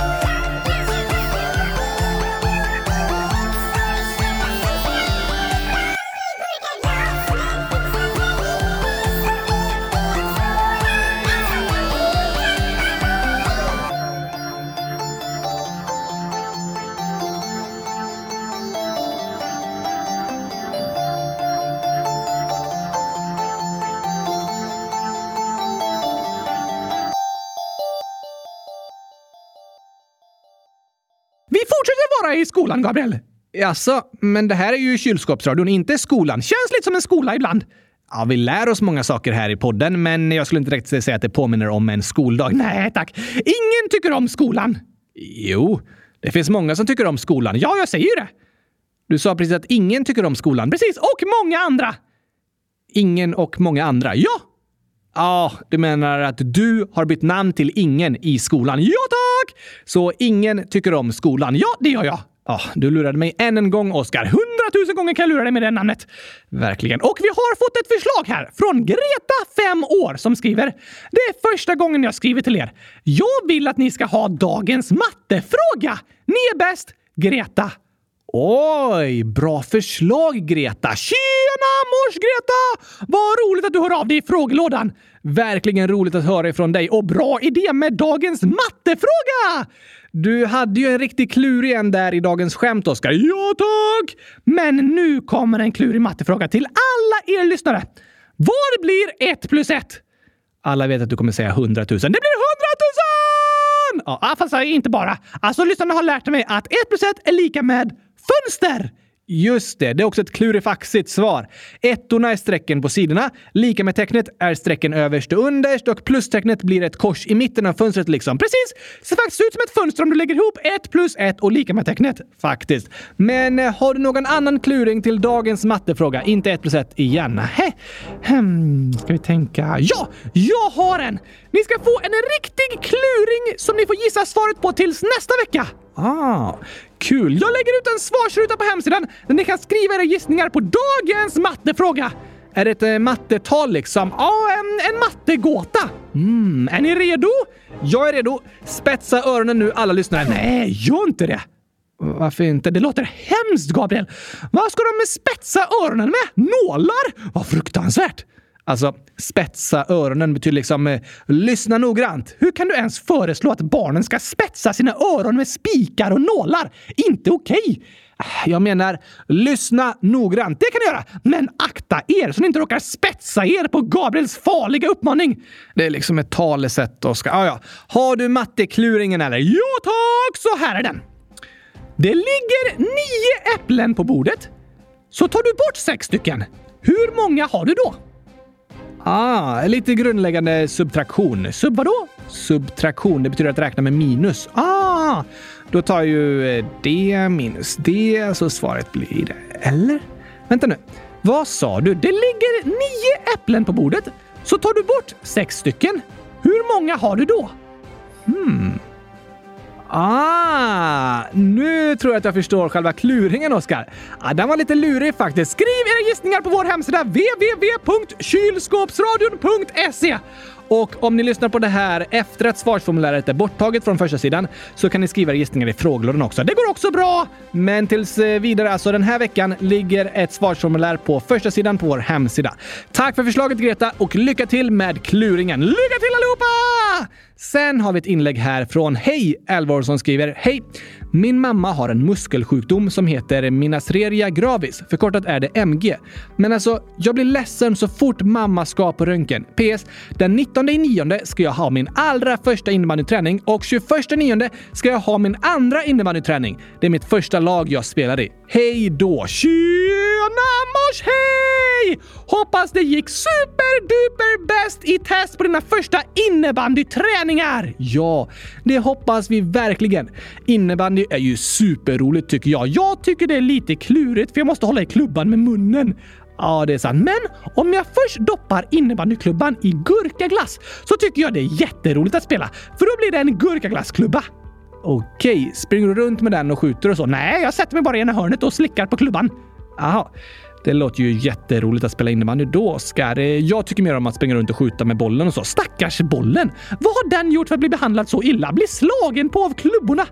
Vi fortsätter vara i skolan, Gabriel. Jaså, men det här är ju kylskåpsradion, inte skolan. Känns lite som en skola ibland. Ja, vi lär oss många saker här i podden, men jag skulle inte direkt säga att det påminner om en skoldag. Nej, tack. Ingen tycker om skolan. Jo, det finns många som tycker om skolan. Ja, jag säger ju det. Du sa precis att ingen tycker om skolan. Precis, och många andra. Ingen och många andra, ja. Ja, du menar att du har bytt namn till ingen i skolan. Ja, tack! Så ingen tycker om skolan. Ja, det gör jag. Ja, du lurade mig än en gång, Oskar. 100 000 gånger kan jag lura dig med det namnet. Verkligen. Och vi har fått ett förslag här från Greta, 5 år, som skriver: det är första gången jag skriver till er. Jag vill att ni ska ha dagens mattefråga. Ni är bäst, Greta. Oj, bra förslag, Greta. Tjena, mors Greta! Vad roligt att du hör av dig i frågelådan. Verkligen roligt att höra ifrån dig. Och bra idé med dagens mattefråga! Du hade ju en riktigt klurig en där i dagens skämt, Oskar. Ja, tack! Men nu kommer en klurig mattefråga till alla er lyssnare. Vad blir 1 + 1? Alla vet att du kommer säga 100 000. Det blir 100 000! Ja, fast inte bara. Alltså, lyssnarna har lärt mig att 1 + 1 är lika med fönster. Just det, det är också ett klurifaxigt svar. Ettorna är strecken på sidorna, lika med tecknet är strecken överst och underst och plustecknet blir ett kors i mitten av fönstret liksom. Precis, ser faktiskt ut som ett fönster om du lägger ihop 1 + 1 och lika med tecknet. Faktiskt. Men har du någon annan kluring till dagens mattefråga? Inte 1 + 1 igen. Ska vi tänka? Ja, jag har en! Ni ska få en riktig kluring som ni får gissa svaret på tills nästa vecka. Kul. Jag lägger ut en svarsruta på hemsidan där ni kan skriva era gissningar på dagens mattefråga. Är det ett mattetal liksom? Ja, en mattegåta. Är ni redo? Jag är redo. Spetsa öronen nu, alla lyssnare. Nej, gör inte det. Varför inte? Det låter hemskt, Gabriel. Vad ska de med spetsa öronen med? Nålar? Vad fruktansvärt. Alltså, spetsa öronen betyder liksom lyssna noggrant. Hur kan du ens föreslå att barnen ska spetsa sina öron med spikar och nålar? Inte okej. Jag menar, lyssna noggrant. Det kan ni göra. Men akta er så ni inte råkar spetsa er på Gabriels farliga uppmaning. Det är liksom ett talesätt, Oskar. Ja. Har du mattekluringen eller? Ja, tack! Så här är den. Det ligger 9 äpplen på bordet. Så tar du bort 6 stycken. Hur många har du då? Lite grundläggande subtraktion. Vadå? Subtraktion, det betyder att räkna med minus. Då tar ju det minus det, så svaret blir... Eller? Vänta nu. Vad sa du? Det ligger 9 äpplen på bordet. Så tar du bort 6 stycken. Hur många har du då? Nu tror jag att jag förstår själva kluringen, Oskar. Den var lite lurig faktiskt. Skriv era gissningar på vår hemsida www.kylskåpsradion.se. Och om ni lyssnar på det här efter att svarsformuläret är borttaget från första sidan så kan ni skriva gissningar i frågelådan också. Det går också bra! Men tills vidare, alltså den här veckan, ligger ett svarsformulär på första sidan på vår hemsida. Tack för förslaget, Greta, och lycka till med kluringen. Lycka till allihopa! Sen har vi ett inlägg här från Hej Elvor som skriver: Hej! Min mamma har en muskelsjukdom som heter Minasreria gravis. Förkortat är det MG. Men alltså, jag blir ledsen så fort mamma ska på röntgen. PS, den 19/9 ska jag ha min allra första innebandyträning och 21/9 ska jag ha min andra innebandyträning. Det är mitt första lag jag spelar i. Hej då! Tjena mors, hej! Hoppas det gick superduper bäst i test på dina första innebandyträningar. Ja, det hoppas vi verkligen. Innebandy är ju superroligt tycker jag. Jag tycker det är lite klurigt för jag måste hålla i klubban med munnen. Ja, det är sant. Men om jag först doppar innebandyklubban i gurkaglass så tycker jag det är jätteroligt att spela. För då blir det en gurkaglassklubba. Okej, springer du runt med den och skjuter och så? Nej, jag sätter mig bara i ena hörnet och slickar på klubban. Aha, det låter ju jätteroligt att spela innebandy då, Oskar. Jag tycker mer om att springa runt och skjuta med bollen och så. Stackars bollen! Vad har den gjort för att bli behandlad så illa? Bli slagen på av klubborna?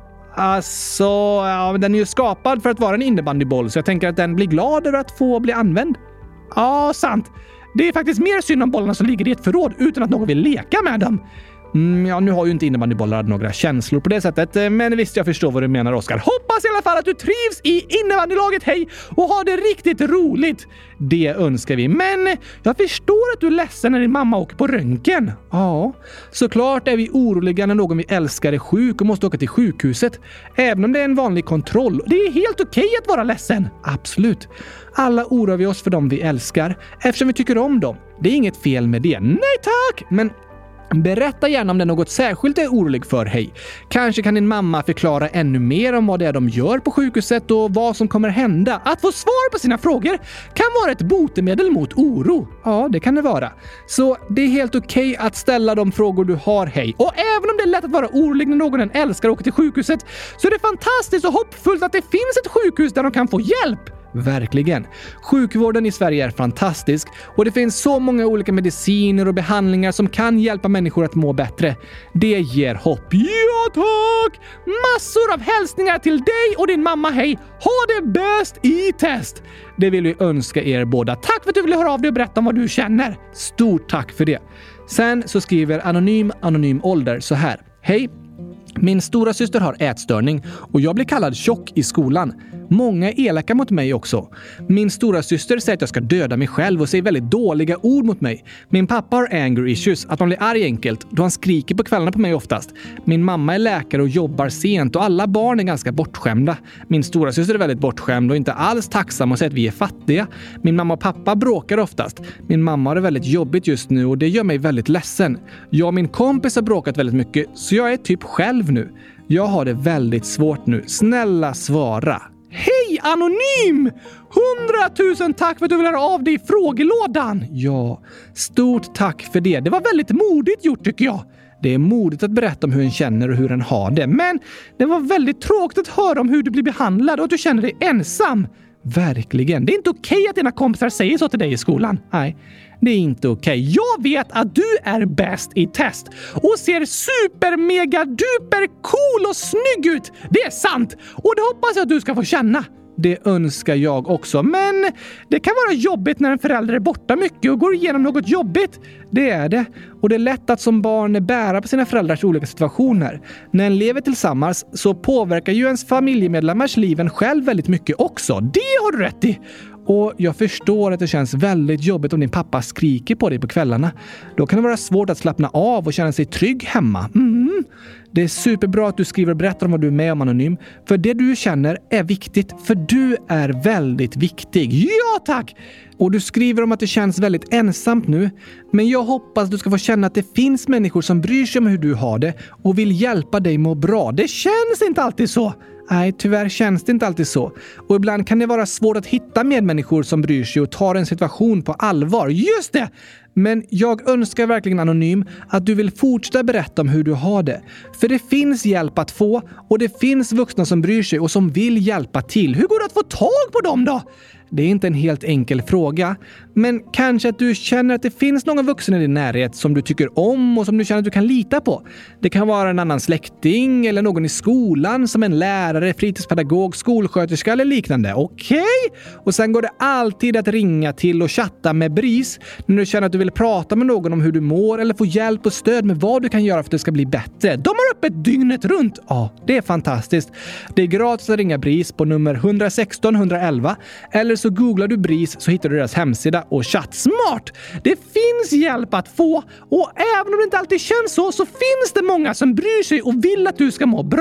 Alltså, ja, den är ju skapad för att vara en innebandyboll så jag tänker att den blir glad över att få bli använd. Ja, sant. Det är faktiskt mer synd om bollarna som ligger i ett förråd utan att någon vill leka med dem. Ja, nu har ju inte innebandybollar några känslor på det sättet, men visst jag förstår vad du menar, Oskar. Hoppas i alla fall att du trivs i innebandylaget, hej, och har det riktigt roligt. Det önskar vi, men jag förstår att du är ledsen när din mamma åker på röntgen. Ja, såklart är vi oroliga när någon vi älskar är sjuk och måste åka till sjukhuset, även om det är en vanlig kontroll. Det är helt okej att vara ledsen. Absolut. Alla oroar vi oss för dem vi älskar, eftersom vi tycker om dem. Det är inget fel med det. Nej tack, men berätta gärna om det är något särskilt du är orolig för, hej. Kanske kan din mamma förklara ännu mer om vad det är de gör på sjukhuset och vad som kommer hända. Att få svar på sina frågor kan vara ett botemedel mot oro. Ja, det kan det vara. Så det är helt okej att ställa de frågor du har, hej. Och även om det är lätt att vara orolig när någon en älskar åker till sjukhuset så är det fantastiskt och hoppfullt att det finns ett sjukhus där de kan få hjälp. Verkligen. Sjukvården i Sverige är fantastisk och det finns så många olika mediciner och behandlingar som kan hjälpa människor att må bättre. Det ger hopp. Ja tack! Massor av hälsningar till dig och din mamma, hej. Ha det bäst i test! Det vill vi önska er båda. Tack för att du ville höra av dig och berätta om vad du känner. Stort tack för det. Sen så skriver anonym ålder så här. Hej. Min stora syster har ätstörning och jag blir kallad tjock i skolan. Många är elaka mot mig också. Min stora syster säger att jag ska döda mig själv och säger väldigt dåliga ord mot mig. Min pappa har anger issues, att man blir arg enkelt, då han skriker på kvällarna på mig oftast. Min mamma är läkare och jobbar sent och alla barn är ganska bortskämda. Min stora syster är väldigt bortskämd och inte alls tacksam och säger att vi är fattiga. Min mamma och pappa bråkar oftast. Min mamma har det väldigt jobbigt just nu och det gör mig väldigt ledsen. Jag och min kompis har bråkat väldigt mycket så jag är typ själv nu. Jag har det väldigt svårt nu. Snälla svara. Hej anonym! 100 000 tack för att du vill höra av dig i frågelådan. Ja, stort tack för det. Det var väldigt modigt gjort tycker jag. Det är modigt att berätta om hur en känner och hur en har det. Men det var väldigt tråkigt att höra om hur du blir behandlad och att du känner dig ensam. Verkligen. Det är inte okej att dina kompisar säger så till dig i skolan. Nej, det är inte okej. Jag vet att du är bäst i test och ser super mega duper cool och snygg ut. Det är sant. Och det hoppas jag att du ska få känna. Det önskar jag också. Men det kan vara jobbigt när en förälder är borta mycket och går igenom något jobbigt. Det är det. Och det är lätt att som barn bära på sina föräldrars olika situationer. När en lever tillsammans så påverkar ju ens familjemedlemmars liv en själv väldigt mycket också. Det har du rätt i. Och jag förstår att det känns väldigt jobbigt om din pappa skriker på dig på kvällarna. Då kan det vara svårt att slappna av och känna sig trygg hemma. Det är superbra att du skriver och berättar om vad du är med om anonym. För det du känner är viktigt. För du är väldigt viktig. Ja tack! Och du skriver om att det känns väldigt ensamt nu. Men jag hoppas att du ska få känna att det finns människor som bryr sig om hur du har det. Och vill hjälpa dig må bra. Det känns inte alltid så. Nej, tyvärr känns det inte alltid så. Och ibland kan det vara svårt att hitta medmänniskor som bryr sig och tar en situation på allvar. Just det! Men jag önskar verkligen anonym att du vill fortsätta berätta om hur du har det. För det finns hjälp att få och det finns vuxna som bryr sig och som vill hjälpa till. Hur går det att få tag på dem då? Det är inte en helt enkel fråga. Men kanske att du känner att det finns någon vuxen i din närhet som du tycker om och som du känner att du kan lita på. Det kan vara en annan släkting eller någon i skolan som en lärare, fritidspedagog, skolsköterska eller liknande. Okej? Och sen går det alltid att ringa till och chatta med BRIS när du känner att du vill prata med någon om hur du mår eller få hjälp och stöd med vad du kan göra för att det ska bli bättre. De har öppet dygnet runt. Ja, det är fantastiskt. Det är gratis att ringa BRIS på nummer 116 111 eller så googlar du BRIS så hittar du deras hemsida och chatt. Smart! Det finns hjälp att få och även om det inte alltid känns så finns det många som bryr sig och vill att du ska må bra.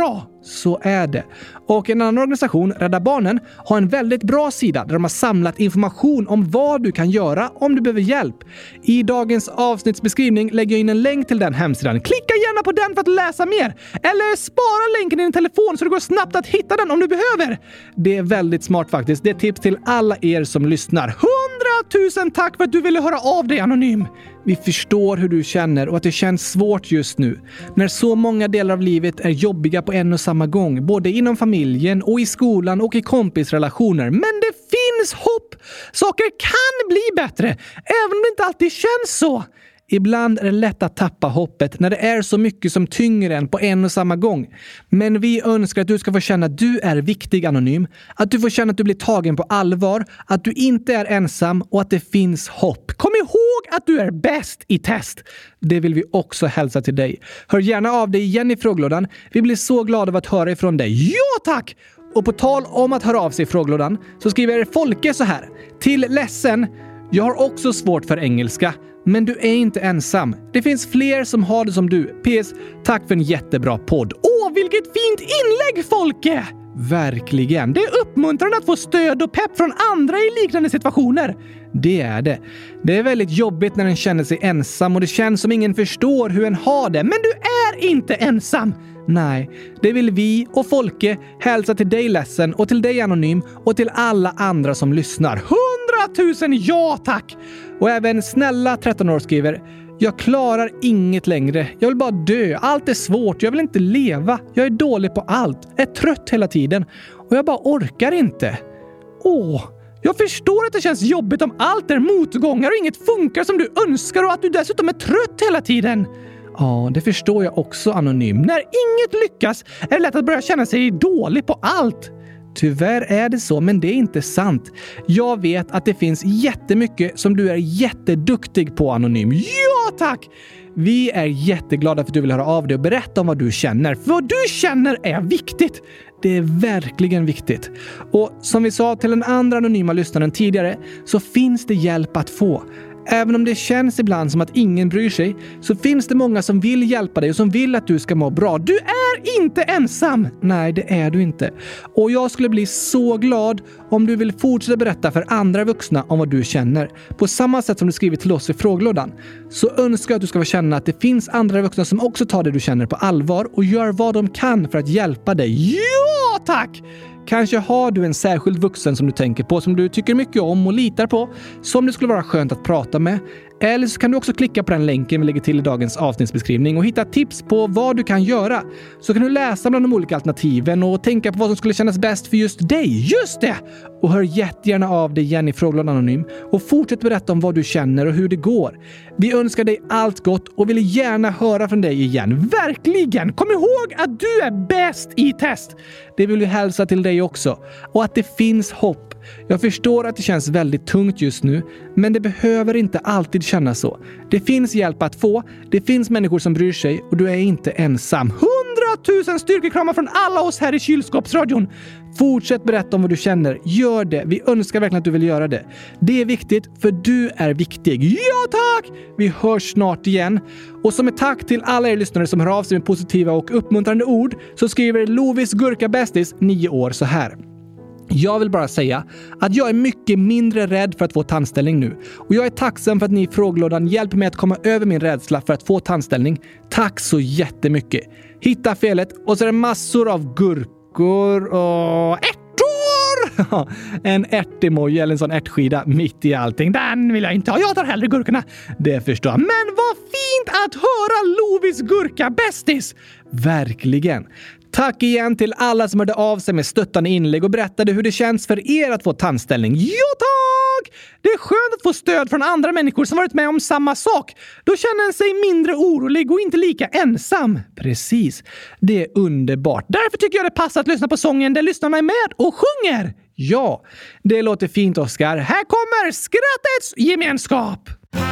så är det. Och en annan organisation, Rädda Barnen, har en väldigt bra sida där de har samlat information om vad du kan göra om du behöver hjälp. I dagens avsnittsbeskrivning lägger jag in en länk till den hemsidan. Klicka gärna på den för att läsa mer. Eller spara länken i din telefon så det går snabbt att hitta den om du behöver. Det är väldigt smart faktiskt. Det är tips till alla er som lyssnar. 100 000 tack för att du ville höra av dig, Anonym. Vi förstår hur du känner och att det känns svårt just nu. När så många delar av livet är jobbiga på en och samma gång. Både inom familjen och i skolan och i kompisrelationer. Men det finns hopp! Saker kan bli bättre, även om det inte alltid känns så. Ibland är det lätt att tappa hoppet när det är så mycket som tynger en på en och samma gång. Men vi önskar att du ska få känna att du är viktig, Anonym. Att du får känna att du blir tagen på allvar. Att du inte är ensam och att det finns hopp. Kom ihåg att du är bäst i test. Det vill vi också hälsa till dig. Hör gärna av dig igen i frågelådan. Vi blir så glada av att höra ifrån dig. Ja, tack! Och på tal om att höra av sig i frågelådan så skriver Folke så här. Till ledsen, jag har också svårt för engelska. Men du är inte ensam. Det finns fler som har det som du. PS, tack för en jättebra podd. Åh, vilket fint inlägg, Folke! Verkligen. Det är uppmuntrande att få stöd och pepp från andra i liknande situationer. Det är det. Det är väldigt jobbigt när en känner sig ensam och det känns som ingen förstår hur en har det. Men du är inte ensam. Nej, det vill vi och Folke hälsa till dig, ledsen, och till dig, Anonym, och till alla andra som lyssnar. 100 000 ja tack! Och även snälla 13 år skriver: jag klarar inget längre. Jag vill bara dö. Allt är svårt. Jag vill inte leva. Jag är dålig på allt. Är trött hela tiden. Och jag bara orkar inte. Jag förstår att det känns jobbigt om allt är motgångar och inget funkar som du önskar och att du dessutom är trött hela tiden. Ja, det förstår jag också, Anonym. När inget lyckas är det lätt att börja känna sig dålig på allt. Tyvärr är det så, men det är inte sant. Jag vet att det finns jättemycket som du är jätteduktig på, Anonym. Ja, tack! Vi är jätteglada för att du vill höra av dig och berätta om vad du känner. För vad du känner är viktigt. Det är verkligen viktigt. Och som vi sa till den andra anonyma lyssnaren tidigare så finns det hjälp att få. Även om det känns ibland som att ingen bryr sig så finns det många som vill hjälpa dig och som vill att du ska må bra. Du är inte ensam! Nej, det är du inte. Och jag skulle bli så glad om du vill fortsätta berätta för andra vuxna om vad du känner. På samma sätt som du skrivit till oss i frågelådan så önskar jag att du ska få känna att det finns andra vuxna som också tar det du känner på allvar och gör vad de kan för att hjälpa dig. Ja, tack! Kanske har du en särskild vuxen som du tänker på, som du tycker mycket om och litar på, som det skulle vara skönt att prata med. Eller så kan du också klicka på den länken vi lägger till i dagens avsnittsbeskrivning och hitta tips på vad du kan göra. Så kan du läsa bland de olika alternativen och tänka på vad som skulle kännas bäst för just dig. Just det! Och hör jättegärna av dig igen i frågelådan, Anonym. Och fortsätt berätta om vad du känner och hur det går. Vi önskar dig allt gott och vill gärna höra från dig igen. Verkligen! Kom ihåg att du är bäst i test! Det vill vi hälsa till dig också. Och att det finns hopp. Jag förstår att det känns väldigt tungt just nu, men det behöver inte alltid kännas så. Det finns hjälp att få, det finns människor som bryr sig och du är inte ensam. 100 000 styrkekramar från alla oss här i Kylskåpsradion. Fortsätt berätta om vad du känner. Gör det. Vi önskar verkligen att du vill göra det. Det är viktigt, för du är viktig. Ja, tack! Vi hörs snart igen. Och som ett tack till alla er lyssnare som hör av sig med positiva och uppmuntrande ord så skriver Lovis Gurka Bästis, 9 år, så här. Jag vill bara säga att jag är mycket mindre rädd för att få tandställning nu. Och jag är tacksam för att ni i frågelådan hjälper mig att komma över min rädsla för att få tandställning. Tack så jättemycket. Hitta felet och så är det massor av gurkor och ärtor. En ärtemoji eller en sån ärtskida mitt i allting. Den vill jag inte ha. Jag tar hellre gurkorna. Det förstår jag. Men vad fint att höra Lovis Gurka Bästis. Verkligen. Tack igen till alla som hörde av sig med stöttande inlägg och berättade hur det känns för er att få tandställning. Jo tack! Det är skönt att få stöd från andra människor som varit med om samma sak. Då känner en sig mindre orolig och inte lika ensam. Precis. Det är underbart. Därför tycker jag det passar att lyssna på sången där lyssnarna är med och sjunger. Ja, det låter fint, Oskar. Här kommer skrattets gemenskap.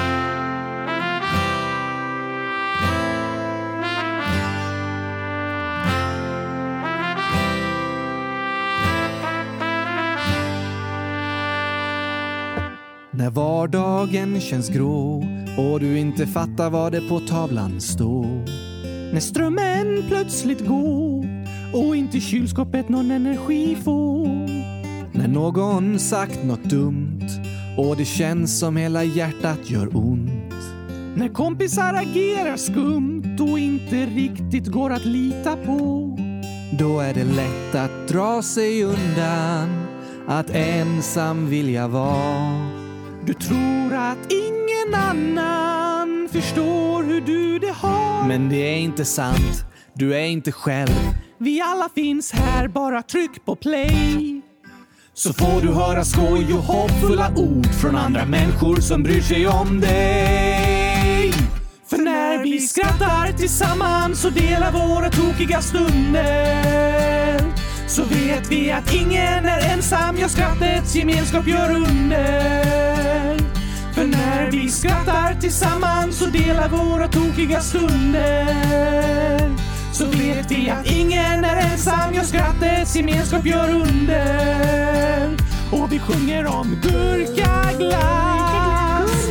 När vardagen känns grå och du inte fattar vad det på tavlan står. När strömmen plötsligt går och inte kylskåpet någon energi får. När någon sagt något dumt och det känns som hela hjärtat gör ont. När kompisar agerar skumt och inte riktigt går att lita på. Då är det lätt att dra sig undan, att ensam vilja vara. Du tror att ingen annan förstår hur du det har. Men det är inte sant, du är inte själv. Vi alla finns här, bara tryck på play. Så får du höra skoj och hoppfulla ord från andra människor som bryr sig om dig. För när vi skrattar tillsammans och delar våra tokiga stunder, så vet vi att ingen är ensam, ja, skrattets gemenskap gör under. För när vi skrattar tillsammans och delar våra tokiga stunder, så vet vi att ingen är ensam, ja, skrattets gemenskap gör under. Och vi sjunger om gurkaglass,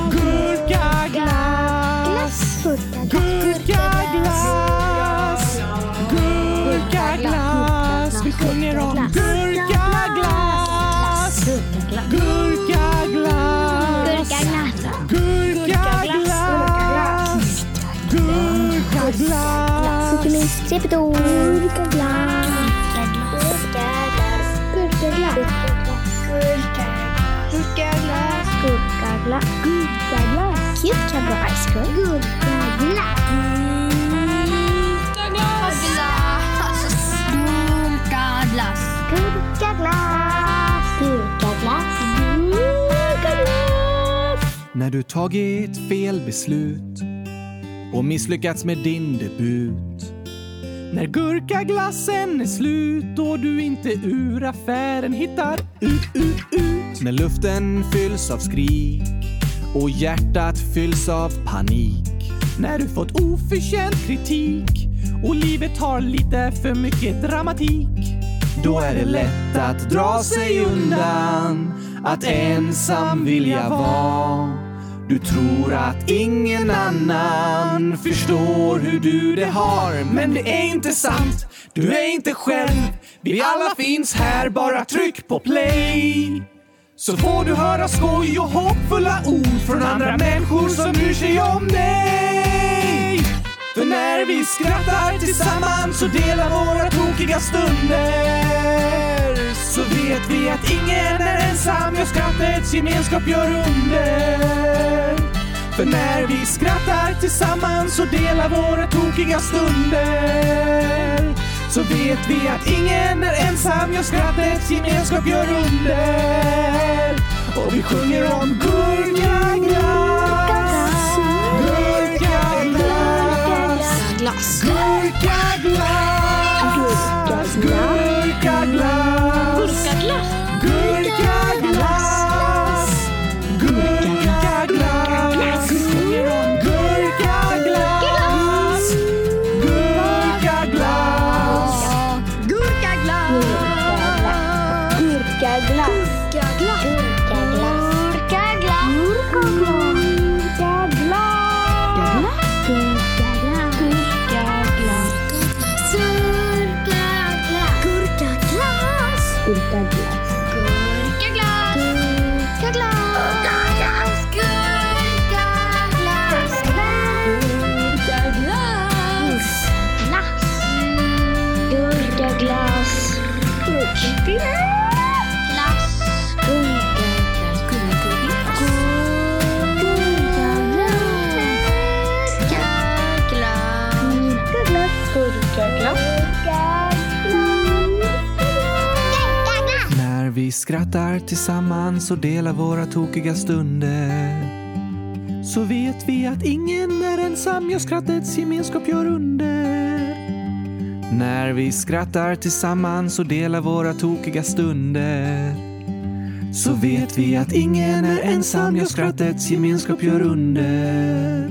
gurkaglass, gurkaglass, gurkaglass. Vi sjunger om gurkaglass, gurkaglass, gurkaglass, gurkaglass. Gurkaglass, när du tagit fel beslut och misslyckats med din debut. När gurkaglassen är slut och du inte ur affären hittar ut. När luften fylls av skrik och hjärtat fylls av panik. När du fått oförtjänt kritik och livet har lite för mycket dramatik. Då är det lätt att dra sig undan, att ensam vilja vara. Du tror att ingen annan förstår hur du det har. Men det är inte sant, du är inte själv. Vi alla finns här, bara tryck på play. Så får du höra skoj och hoppfulla ord från andra människor som bryr sig om dig. För när vi skrattar tillsammans och delar våra tokiga stunder, så vet vi att ingen är ensam, ja, skrattets gemenskap gör under. För när vi skrattar tillsammans och delar våra tokiga stunder, så vet vi att ingen är ensam, ja, skrattets gemenskap gör under. Och vi sjunger om gurkaglass, gurkaglass, gurkaglass, gurkaglass, gurkaglass, gurkaglass. Vi sjunger om gurkaglass, gurkaglass, gurkaglass, gurkaglass. När vi skrattar tillsammans och delar våra tokiga stunder, så vet vi att ingen är ensam, ja, skrattets gemenskap gör under. När vi skrattar tillsammans och delar våra tokiga stunder, så vet vi att ingen är ensam, ja, skrattets gemenskap gör under.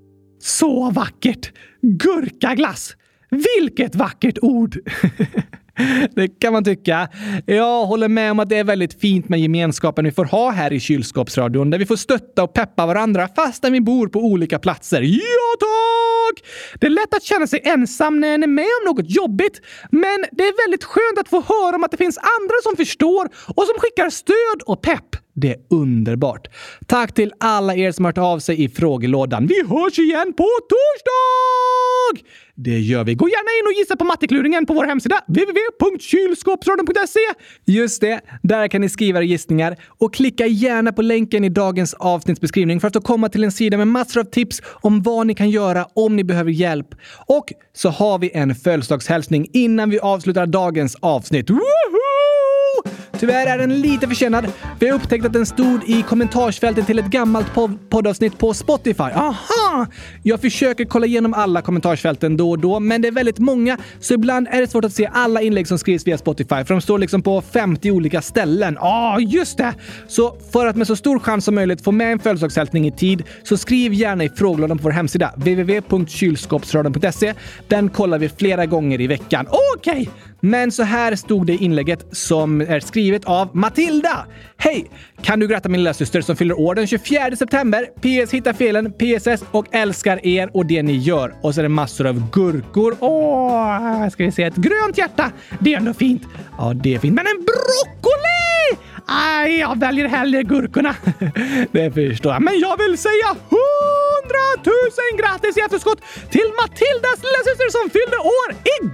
Så vackert! Gurkaglass! Vilket vackert ord! Det kan man tycka. Jag håller med om att det är väldigt fint med gemenskapen vi får ha här i Kylskåpsradion, där vi får stötta och peppa varandra fastän vi bor på olika platser. Ja tack! Det är lätt att känna sig ensam när en är med om något jobbigt, men det är väldigt skönt att få höra om att det finns andra som förstår och som skickar stöd och pepp. Det är underbart. Tack till alla er som har hört av sig i frågelådan. Vi hörs igen på torsdag! Det gör vi. Gå gärna in och gissa på mattekluringen på vår hemsida www.kylskåpsradion.se. Just det, där kan ni skriva gissningar och klicka gärna på länken i dagens avsnittsbeskrivning för att komma till en sida med massor av tips om vad ni kan göra om ni behöver hjälp. Och så har vi en födelsedagshälsning innan vi avslutar dagens avsnitt. Woohoo! Tyvärr är den lite försenad. Vi har upptäckt att den stod i kommentarsfältet till ett gammalt poddavsnitt på Spotify. Aha! Jag försöker kolla igenom alla kommentarsfälten då och då, men det är väldigt många, så ibland är det svårt att se alla inlägg som skrivs via Spotify, för de står liksom på 50 olika ställen. Just det! Så för att med så stor chans som möjligt få med en födelsedagshälsning i tid, så skriv gärna i frågelådan på vår hemsida www.kylskåpsradion.se. Den kollar vi flera gånger i veckan. Okej! Men så här stod det i inlägget som är skrivet av Matilda. Hej! Kan du gratta min lilla syster som fyller år den 24 september? PS hittar felen, PSS och älskar er och det ni gör. Och så är det massor av gurkor. Ska vi se, ett grönt hjärta. Det är ändå fint. Ja, det är fint. Men en broccoli! Aj, jag väljer hellre gurkorna. Det förstår jag. Men jag vill säga 100 000 grattis i efterskott till Matildas lilla syster som fyllde år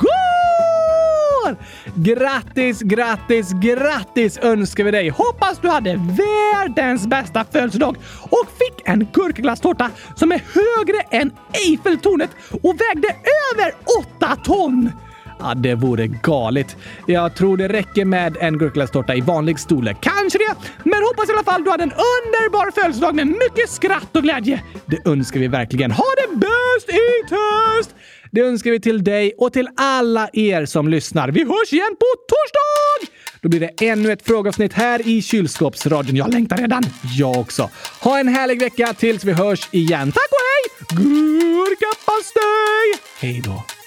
igår! Grattis, grattis, grattis önskar vi dig. Hoppas du hade världens bästa födelsedag och fick en gurkaglasstårta som är högre än Eiffeltornet och vägde över 8 ton. Ja, det vore galet. Jag tror det räcker med en gurkaglasstårta i vanlig storlek. Kanske det, men hoppas i alla fall du hade en underbar födelsedag med mycket skratt och glädje. Det önskar vi verkligen. Ha det bäst i test! Det önskar vi till dig och till alla er som lyssnar. Vi hörs igen på torsdag! Då blir det ännu ett frågeavsnitt här i Kylskåpsradion. Jag längtar redan. Jag också. Ha en härlig vecka tills vi hörs igen. Tack och hej! Gurkapastej! Hej då!